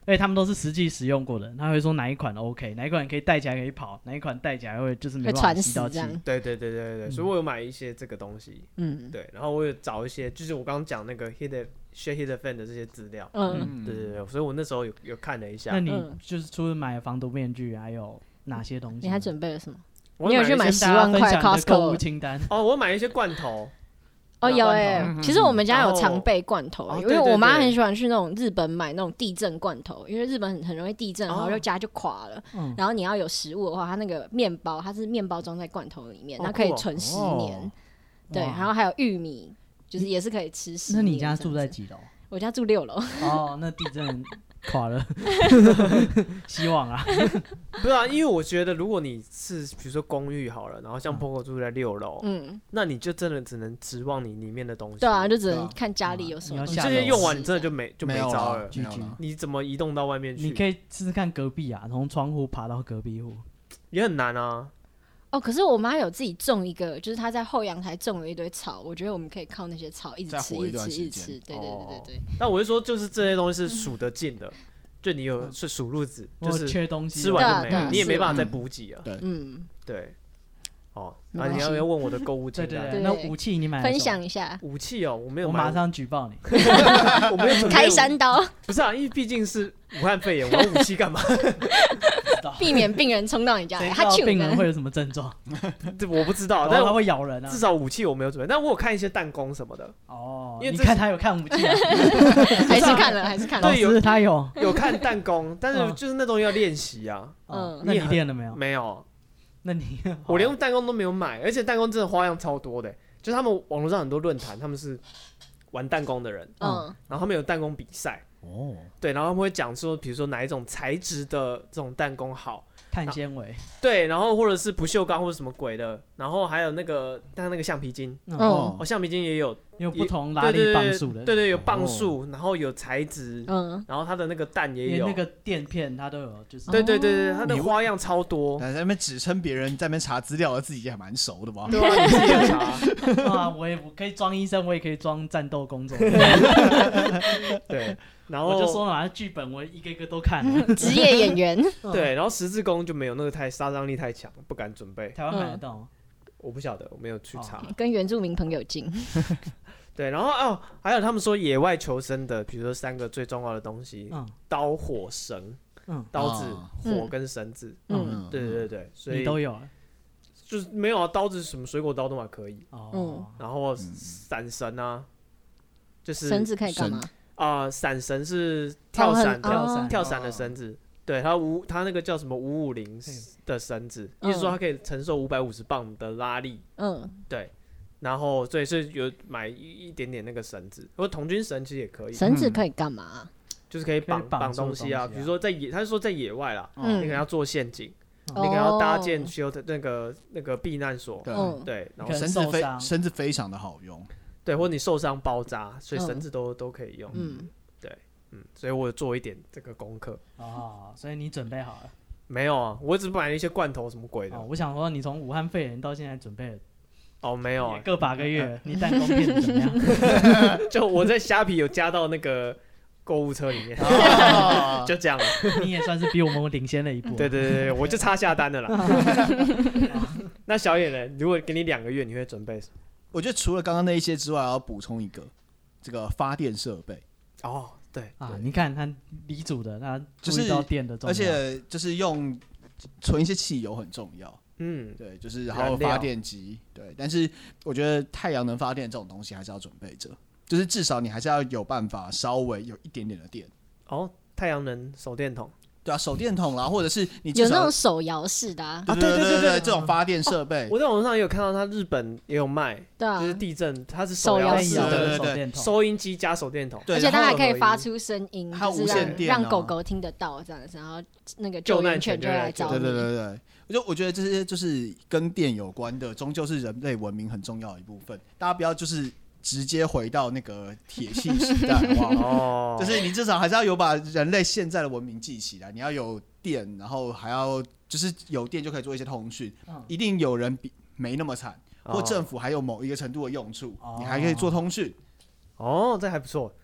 而且他们都是实际使用过的，他会说哪一款 OK， 哪一款可以带起来可以跑，哪一款带起来会就是没办法吸到气。 对对对对对，嗯、所以我有买一些这个东西，嗯，对，然后我有找一些，就是我刚刚讲那个 Hit Share Hit Fan 的这些资料，嗯，对对对，所以我那时候有有看了一下。 那你就是除了买防毒面具，还有哪些东西？ 你还准备了什么？ 我你有去买十万块 Costco 购物清单？ 哦，我买一些罐头。 哦，有哎、欸，其实我们家有常备罐头、欸，因为我妈很喜欢去那种日本买那种地震罐头，因为日本很很容易地震，然后就家就垮了。哦、然后你要有食物的话，它那个面包它是面包装在罐头里面，那、哦、可以存十年。哦、对，然后还有玉米，就是也是可以吃十年。 那你家住在几楼？ 我家住六楼。 哦，那地震垮了，希望啊。 不是啊，因为我觉得如果你是比如说公寓好了，然后像 Poco 住在六楼，嗯，那你就真的只能指望你里面的东西。 对啊，就只能看家里有什么。 你这些用完，你真的就没就没招了。你怎么移动到外面去？ 你可以试试看隔壁啊，从窗户爬到隔壁户， 也很难啊。 哦，可是我妈有自己种一个，就是她在后阳台种了一堆草，我觉得我们可以靠那些草一直吃，一直吃，一直吃。对对对对对。 但我是说，就是这些东西是数得尽的，就你有是数路子，就是缺东西， 吃完就没了，你也没办法再补给了。 对， 嗯， 对。哦，啊，你要要问我的购物清单？ 对对对。那武器你买了什么？ 分享一下。 武器哦，我没有买。 我马上举报你。 我没有准备开山刀。 不是啊，因为毕竟是武汉肺炎，我要武器干嘛？ 避免病人冲到你家来。 他病人会有什么症状？ 这我不知道， 但他会咬人啊。 至少武器我没有准备，但我有看一些弹弓什么的。 哦，因为你看他有看武器啊？ 还是看了，还是看了。 对，有他有有看弹弓，但是就是那东西要练习啊。 嗯，那你练了没有？ 没有。 那你我连弹弓都没有买，而且弹弓真的花样超多的，就是他们网络上很多论坛，他们是玩弹弓的人，嗯，然后他们有弹弓比赛，哦，对，然后他们会讲说，比如说哪一种材质的这种弹弓好， 碳纤维， 对，然后或者是不锈钢或者什么鬼的，然后还有那个像那个橡皮筋，哦，哦，橡皮筋也有。 有不同拉力磅数的， 对 对, 对, 对，有磅数，哦、然后有材质，嗯，然后它的那个弹也有， 那个垫片它都有，就是， 对对对对，它的花样超多。 在那边指称别人在那边查资料，自己也还蛮熟的吧？ 对啊，你自己也查啊，我也我可以装医生，我也可以装战斗工作。 对，然后我就说嘛，剧本我一个一个都看， 职业演员。 对，然后十字弓就没有那个太杀伤力太强，不敢准备。 台湾买得到吗？ 我不晓得，我没有去查。 跟原住民朋友进。 对，然后哦，还有他们说野外求生的，比如说三个最重要的东西：嗯、刀、火、绳。嗯，刀子、火跟绳子。嗯，对对对，所以你都有。 就是没有啊，刀子什么水果刀都嘛可以。哦。然后伞绳啊，就是绳子可以干嘛？ 啊，伞绳是跳伞、跳伞、跳伞的绳子。对，它五，它那个叫什么五五零的绳子，意思说它可以承受五百五十磅的拉力。嗯，对。然后，所以是有买一点点那个绳子，或者童军绳其实也可以。 绳子可以干嘛？ 就是可以绑绑东西啊，比如说在野，他是说在野外啦，你可能要做陷阱，你可能要搭建修的那个那个避难所，对，然后绳子非绳子非常的好用， 对，或者你受伤包扎，所以绳子都都可以用。嗯，对，嗯，所以我有做一点这个功课。 哦，所以你准备好了？ 没有啊，我只买了一些罐头什么鬼的。 我想说，你从武汉肺炎到现在准备了。 哦，没有啊， 各八个月，你弹弓片怎么样？ 就我在虾皮有加到那个购物车里面，哦、就这样了。 你也算是比我们领先了一步。 对对对，我就差下单了啦。那小野人，如果给你两个月，你会准备什么？ 我觉得除了刚刚那一些之外，要补充一个这个发电设备。 哦，对啊，你看他理组的，他注意到电的重要， 而且就是用存一些汽油很重要。嗯，对，就是还有发电机，对，但是我觉得太阳能发电这种东西还是要准备着，就是至少你还是要有办法稍微有一点点的电。 哦，太阳能手电筒， 对啊，手电筒啦，或者是你至少有那种手摇式的啊， 对对对对对，这种发电设备， 我在网络上也有看到，它日本也有卖，对啊，就是地震，它是手摇式的手电筒， 收音机加手电筒， 而且它还可以发出声音， 它无线电让狗狗听得到这样子，然后那个救援犬就来找你。 对对对对。我就我觉得这些就是跟电有关的，终究是人类文明很重要的一部分。大家不要就是直接回到那个铁器时代，好不好？就是你至少还是要有把人类现在的文明记起来。你要有电，然后还要就是有电就可以做一些通讯。嗯、一定有人比没那么惨，或政府还有某一个程度的用处，哦、你还可以做通讯。 哦，这还不错。 对，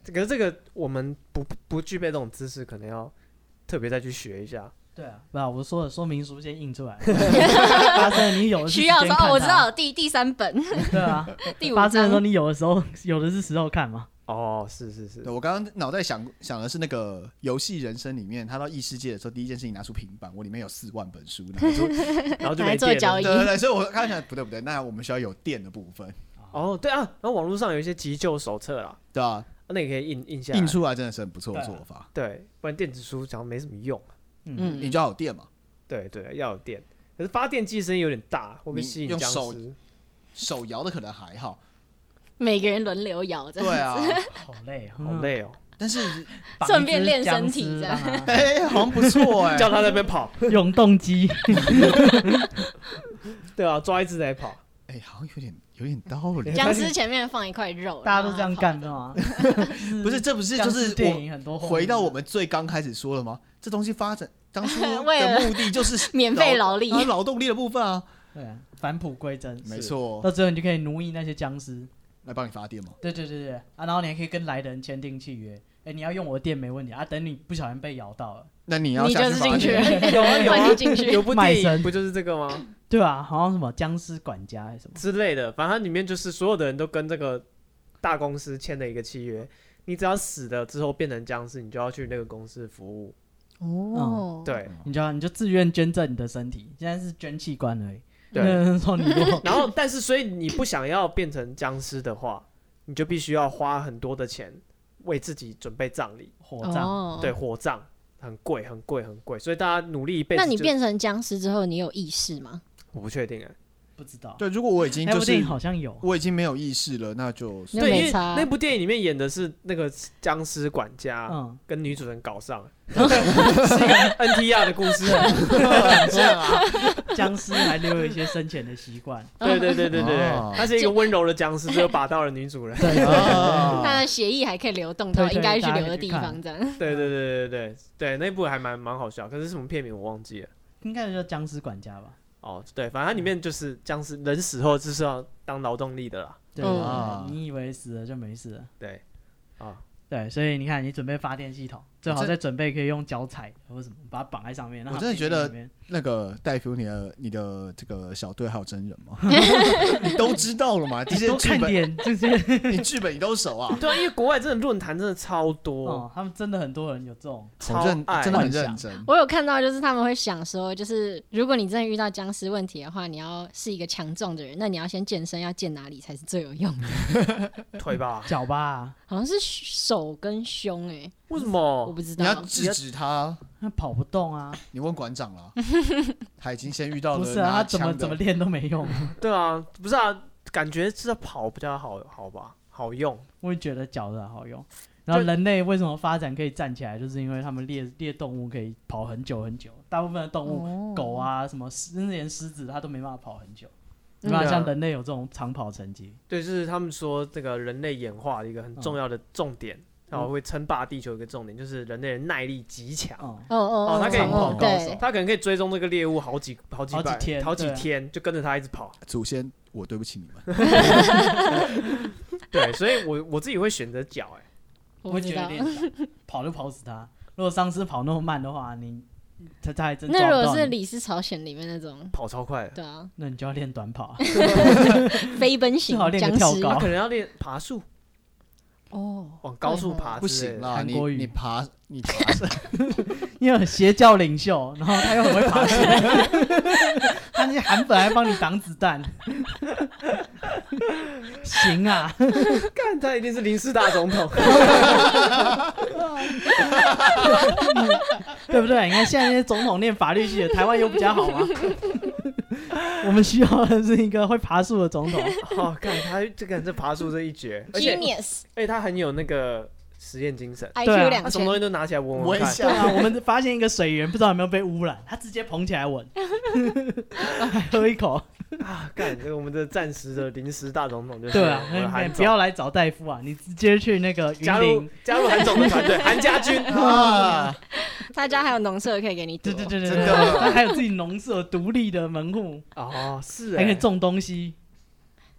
可是这个我们不不具备这种知识，可能要特别再去学一下。 对啊，不啊，我说的说明书先印出来，发生你有的是需要的时候，我知道第第三本， 对啊， 第五发生的时候你有的时候有的是时候看嘛。 哦，是是是， 对我刚刚脑袋想想的是那个游戏人生里面，他到异世界的时候，第一件事情拿出平板，我里面有四万本书，拿出然后就没电了。 对对对，所以我刚刚想不对不对，那我们需要有电的部分。 哦，对啊，然后网络上有一些急救手册啦， 对啊， 那你可以印印下来， 印出来真的是很不错的做法。 对，不然电子书好像没什么用。 嗯，你就要有电嘛。 对对，要有电，可是发电机声音有点大，会不会吸引僵尸？ 手摇的可能还好， 每个人轮流摇这样子。 对啊， 好累， 好累哦。 但是顺便练身体这样， 哎，好像不错哎， 叫他在那边跑， 永动机。 对啊，抓一只来跑。 哎，好像有点有点道理。 僵尸前面放一块肉， 大家都这样干的吗？ 不是，这不是就是电影很多回到我们最刚开始说了吗？这东西发展当初的目的就是免费劳力、 劳动力的部分啊。 对啊，返璞归真， 没错。 到最后你就可以奴役那些僵尸来帮你发电吗？ 对对对对啊，然后你还可以跟来的人签订契约。哎，你要用我的电没问题啊，等你不小心被咬到了， 那你要你就是进去， 有啊有啊， 进去有部电影不就是这个吗？ 对啊，好像什么僵尸管家还是什么之类的，反正它里面就是所有的人都跟这个大公司签了一个契约，你只要死了之后变成僵尸，你就要去那个公司服务。 哦， 对， 你就要你就自愿捐赠你的身体，现在是捐器官而已。 对，然后但是所以你不想要变成僵尸的话，你就必须要花很多的钱为自己准备葬礼， 火葬， 对，火葬很贵很贵很贵，所以大家努力一辈子。 那你变成僵尸之后，你有意识吗？ 我不确定哎， 不知道。 对，如果我已经就是好像有， 我已经没有意识了，那就对，因为那部电影里面演的是那个僵尸管家， 嗯， 跟女主人搞上了，是一个 N T R 的故事，很像啊。 僵尸还留有一些生前的习惯， 对对对对对对，他是一个温柔的僵尸，最后把到了女主人， 他的血液还可以流动到应该去流的地方，这样。 对对对对对对，那部还蛮蛮好笑，可是什么片名我忘记了， 应该叫僵尸管家吧。 哦，对，反正它里面就是僵尸人死后就是要当劳动力的啦。 对啊，你以为死了就没事了。 对，啊， 对，所以你看，你准备发电系统，最好再准备可以用脚踩或者什么，把它绑在上面。 我真的觉得那个戴夫，你的你的这个小队还有真人吗？你都知道了吗？这些剧本，这些你剧本你都熟啊？ 对啊，因为国外真的论坛真的超多， 哦，他们真的很多人有这种超爱， 真的很认真。 我有看到，就是他们会想说，就是如果你真的遇到僵尸问题的话，你要是一个强壮的人，那你要先健身，要健哪里才是最有用的？ 腿吧， 脚吧， 好像是手跟胸哎、欸。 为什么？ 我不知道。 你要制止他， 他跑不动啊。 你问馆长了，他已经先遇到了。 不是啊，他怎么怎么练都没用。 对啊，不是啊，感觉是要跑比较好，好吧，好用。 我也觉得脚的好用。然后人类为什么发展可以站起来，就是因为他们猎猎动物可以跑很久很久。大部分的动物，哦、狗啊什么，甚至连狮子，它都没办法跑很久。没办法像人类有这种长跑成绩。 对，就是他们说这个人类演化的一个很重要的重点。嗯，然后会称霸地球一个重点就是人类的耐力极强。 哦哦， 他可以跑高手， 他可能可以追踪这个猎物好几好几百天， 好几天就跟着他一直跑。 祖先，我对不起你们。 对，所以我我自己会选择脚，哎， 我会觉得练跑就跑死他。如果丧尸跑那么慢的话，你他他还真抓不到你。 那如果是李斯朝鲜里面那种跑超快的， 对啊， 那你就要练短跑， 飞奔型僵尸， 他可能要练爬树。 哦， 往高处爬不行啦！你你爬你爬， 因为邪教领袖，然后他又很会爬树，他那些韩粉还帮你挡子弹，行啊！ 干他一定是临时大总统， 对不对？你看现在那些总统念法律系的，台湾有比较好吗？我们需要的是一个会爬树的总统。 哦，看他这个人是爬树这一绝，而且而且他很有那个实验精神， I Q 两千， 他什么东西都拿起来闻闻看。 对啊，我们发现一个水源，不知道有没有被污染，他直接捧起来闻，还喝一口。 啊，干！这个我们的暂时的临时大总统就是对啊，不要来找大夫啊，你直接去那个加入加入韩总的团队，韩家军啊。 他家还有农舍可以给你躲。 对对对对对，他还有自己农舍独立的门户哦，是， 还可以种东西，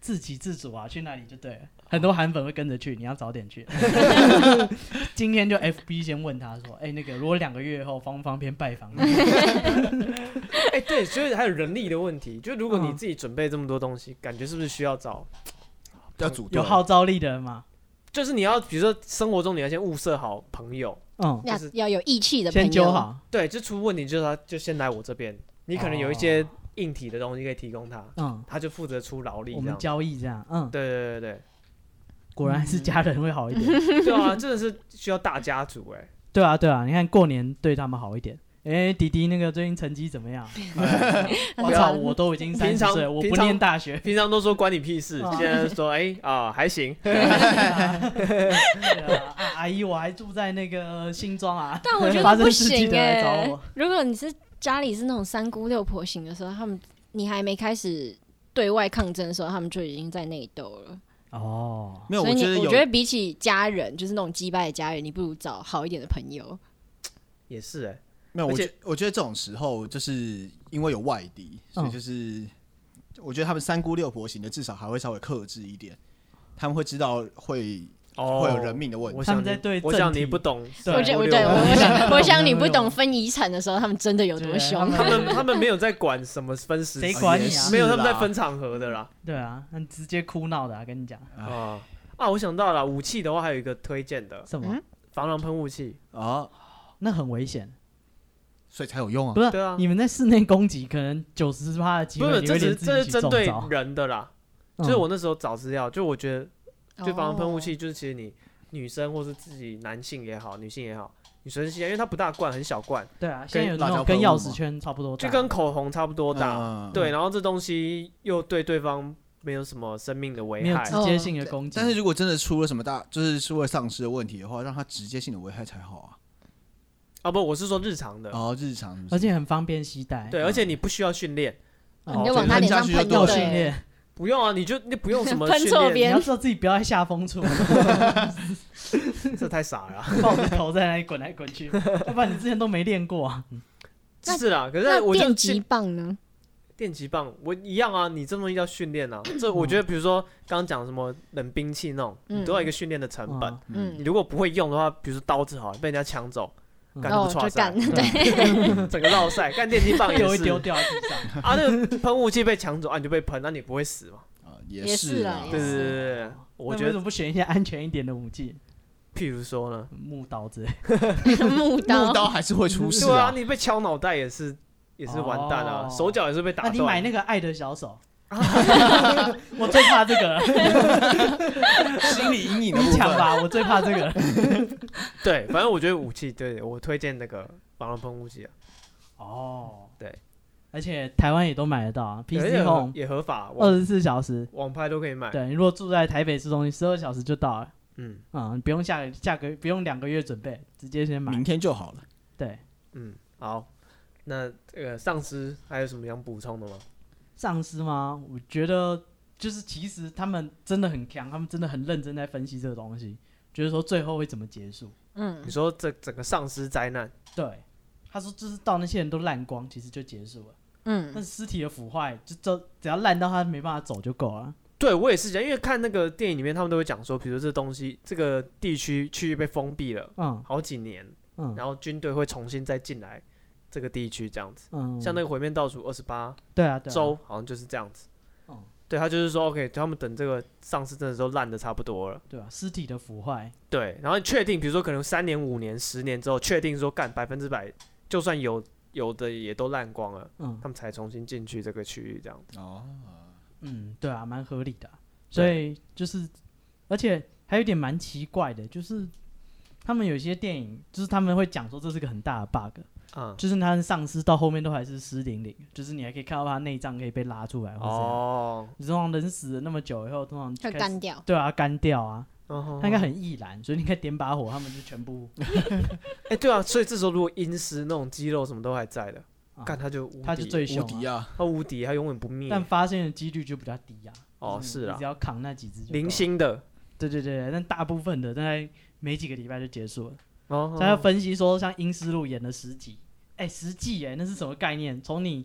自给自足啊，去那里就对了。很多韩粉会跟着去，你要早点去。今天就 F B 先问他说：“哎、欸，那个如果两个月后方不方便拜访？” 哎、欸，对，所以还有人力的问题。就如果你自己准备这么多东西，嗯、感觉是不是需要找要组队有号召力的人吗？ 就是你要，比如说生活中你要先物色好朋友， 嗯，要要有义气的朋友， 先揪好。 对，就出问题就是他就先来我这边，你可能有一些硬体的东西可以提供他，嗯，他就负责出劳力， 我们交易这样，嗯， 对对对对， 果然还是家人会好一点。 对啊，真的是需要大家族哎、欸。 对啊对啊，你看过年对他们好一点。哎、欸，弟弟那个最近成绩怎么样？我操，我都已经三十岁，我不念大学， 平常都说关你屁事，现在说哎啊、欸呃、还行。 对啊，阿姨我还住在那个新庄啊， 但我觉得不行哎、欸。如果你是家里是那种三姑六婆型的时候，他们你还没开始对外抗争的时候，他们就已经在内斗了。 哦， 没有， 所以你我觉得我觉得比起家人，就是那种击败的家人，你不如找好一点的朋友。 也是哎、欸。 没有，我觉我觉得这种时候就是因为有外敌，所以就是、嗯、我觉得他们三姑六婆型的至少还会稍微克制一点，他们会知道会、哦、会有人命的问题。 他们在对， 我想你不懂。 我觉我对我想我想你不懂分遗产的时候，他们真的有多凶。 他们他们没有在管什么分时， 谁管你啊？ 没有，他们在分场合的啦。 对啊，直接哭闹的啊，跟你讲啊啊！我想到了武器的话，还有一个推荐的， 什么？ 防狼喷雾器啊， 那很危险。 所以才有用啊！ 不是， 对啊， 你们在室内攻击，可能九十趴的机会， 不是，这是这是针对人的啦。 嗯、 就是我那时候找资料，就我觉得，就防狼喷雾器，就是其实你女生或是自己男性也好，女性也好，你随身携带，因为它不大罐，很小罐。 对啊，现在有那种跟钥匙圈差不多大， 就跟口红差不多大。 嗯、 对，然后这东西又对对方没有什么生命的危害， 没有直接性的攻击。 但是如果真的出了什么大，就是出了丧尸的问题的话，让它直接性的危害才好啊。 啊不，我是说日常的哦，日常是不是， 而且很方便携带。 对，而且你不需要训练， 你就往他脸上喷就训练。 不用啊，你就你不用什么喷错边， 你要知道自己不要在下风处。 这太傻了， 抱着头在那里滚来滚去，要不然你之前都没练过啊。 是啦，可是我电击棒呢？ 电击棒我一样啊，你这东西要训练啊。这我觉得，比如说刚刚讲什么冷兵器那种，你都要一个训练的成本。嗯，你如果不会用的话，比如说刀子好被人家抢走。干就不干， 对，整个绕赛，干电击棒也是会丢掉在地上啊。那个喷雾器被抢走啊，你就被喷，那你不会死吗？ 啊，也是啊， 对对对对，我觉得为什么不选一些安全一点的武器？ 譬如说呢， 木刀之类， 木刀， 木刀还是会出事啊。 对啊，你被敲脑袋也是也是完蛋啊，手脚也是被打断。 那你买那个爱的小手。我最怕这个心理阴影的你抢吧，我最怕这个对，反正我觉得武器，对我推荐那个防狼喷雾器啊。 哦， 对， 而且台湾也都买得到啊 ，P C Home 也合法， 二十四小时网拍都可以买。 对，你如果住在台北市中心，十二小时就到了。 嗯啊、嗯，不用下下个不用两个月准备，直接先买， 明天就好了。 对， 嗯，好，那这个丧尸还有什么想补充的吗？ 丧尸吗？我觉得就是其实他们真的很强，他们真的很认真在分析这个东西，觉得说最后会怎么结束。 嗯， 你说这整个丧尸灾难， 对，他说就是到那些人都烂光，其实就结束了。嗯，但是尸体的腐坏，就就只要烂到他没办法走就够了。 对我也是讲，因为看那个电影里面，他们都会讲说，比如说这东西这个地区区域被封闭了，嗯，好几年，嗯，然后军队会重新再进来这个地区这样子，嗯，像那个毁灭倒数二十八， 对啊， 州好像就是这样子，嗯，对他就是说 ，OK， 他们等这个丧尸真的都烂的差不多了， 对啊，尸体的腐坏， 对，然后确定，比如说可能三年、五年、十年之后，确定说干百分之百，就算有有的也都烂光了，嗯，他们才重新进去这个区域这样子，哦。 嗯，对啊，蛮合理的、啊，所以就是，而且还有一点蛮奇怪的，就是他们有些电影，就是他们会讲说这是个很大的 bug， 嗯，就是他的丧尸到后面都还是湿淋淋，就是你还可以看到他内脏可以被拉出来，或者哦，通常人死了那么久以后，通常会干掉， 对啊，干掉啊，哦、他应该很易燃，所以你可以点把火，他们就全部， 哎、欸，对啊，所以这时候如果阴尸那种肌肉什么都还在的。干、啊、他就无敌， 他就最凶、啊， 无敌啊！ 他无敌，他永远不灭。 但发现的几率就比较低啊。 哦，是啊， 你只要扛那几只就零星的。 对对对，但大部分的大概没几个礼拜就结束了。哦，他要分析说，像阴尸路演了十集，哎、欸，十季哎，那是什么概念？从你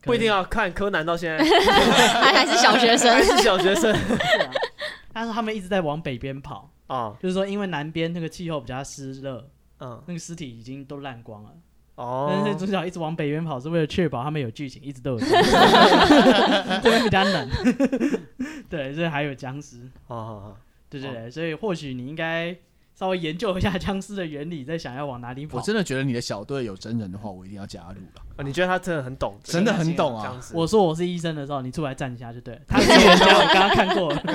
不一定要看柯南到现在还还是小学生， 还是小学生。 但是他们一直在往北边跑啊，就是说因为南边那个气候比较湿热，嗯，那个尸体已经都烂光了。哦，但是主角一直往北边跑，是为了确保他们有剧情，一直都有僵尸，这边比较冷，对，所以还有僵尸。哦，对对对，所以或许你应该稍微研究一下僵尸的原理，再想要往哪里跑。 我真的觉得你的小队有真人的话，我一定要加入了。 啊，你觉得他真的很懂， 真的很懂啊！ 我说我是医生的时候，你出来站一下就对了。他是人家，我刚刚看过了。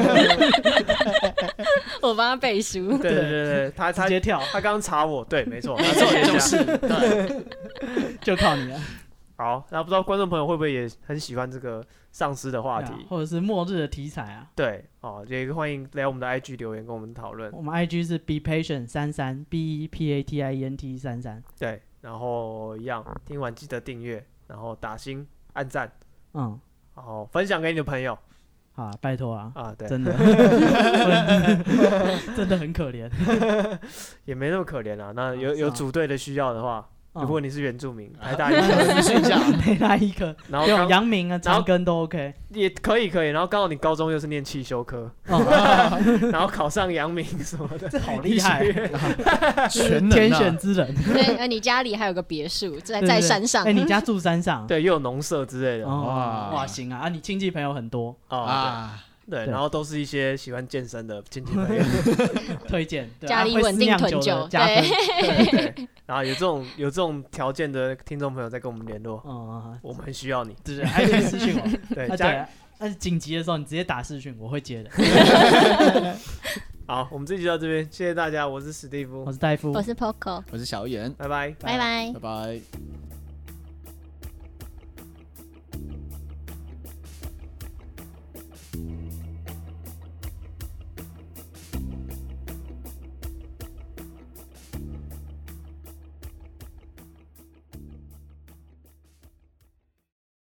我帮他背书。 对对对对，他直接跳， 他刚刚查我，对，没错， 没错，就是对， 就靠你了。 好，那不知道观众朋友会不会也很喜欢这个丧尸的话题， 或者是末日的题材啊？ 对，哦，也欢迎来我们的 I G 留言跟我们讨论。 我们 I G 是 be patient 三三 b e p a t i e n t 三三。 对，然后一样，听完记得订阅，然后打星、按赞，嗯，然后分享给你的朋友。 啊，拜托啊！ 啊，对， 真的，真的很可怜， 也没那么可怜啊。那有有组队的需要的话。如果你是原住民，台大医科试一下，台大医科， 然后阳明啊、长庚都 OK， 也可以可以。然后刚好你高中又是念汽修科，然后考上阳明什么的， 这好厉害， 全能天选之人。 对，呃，你家里还有个别墅，在在山上。 哎，你家住山上？ 对，又有农舍之类的。 哇哇，行啊！啊，你亲戚朋友很多啊。对，然后都是一些喜欢健身的亲戚朋友推荐， 家里稳定囤酒， 对，然后有这种有这种条件的听众朋友再跟我们联络，嗯，我们很需要你， 对对，还可以私讯我， 对， 对，但是紧急的时候你直接打视讯，我会接的。 好，我们这集到这边，谢谢大家，我是史蒂夫， 我是戴夫， 我是 Poco， 我是小眼， 拜拜， 拜拜， 拜拜。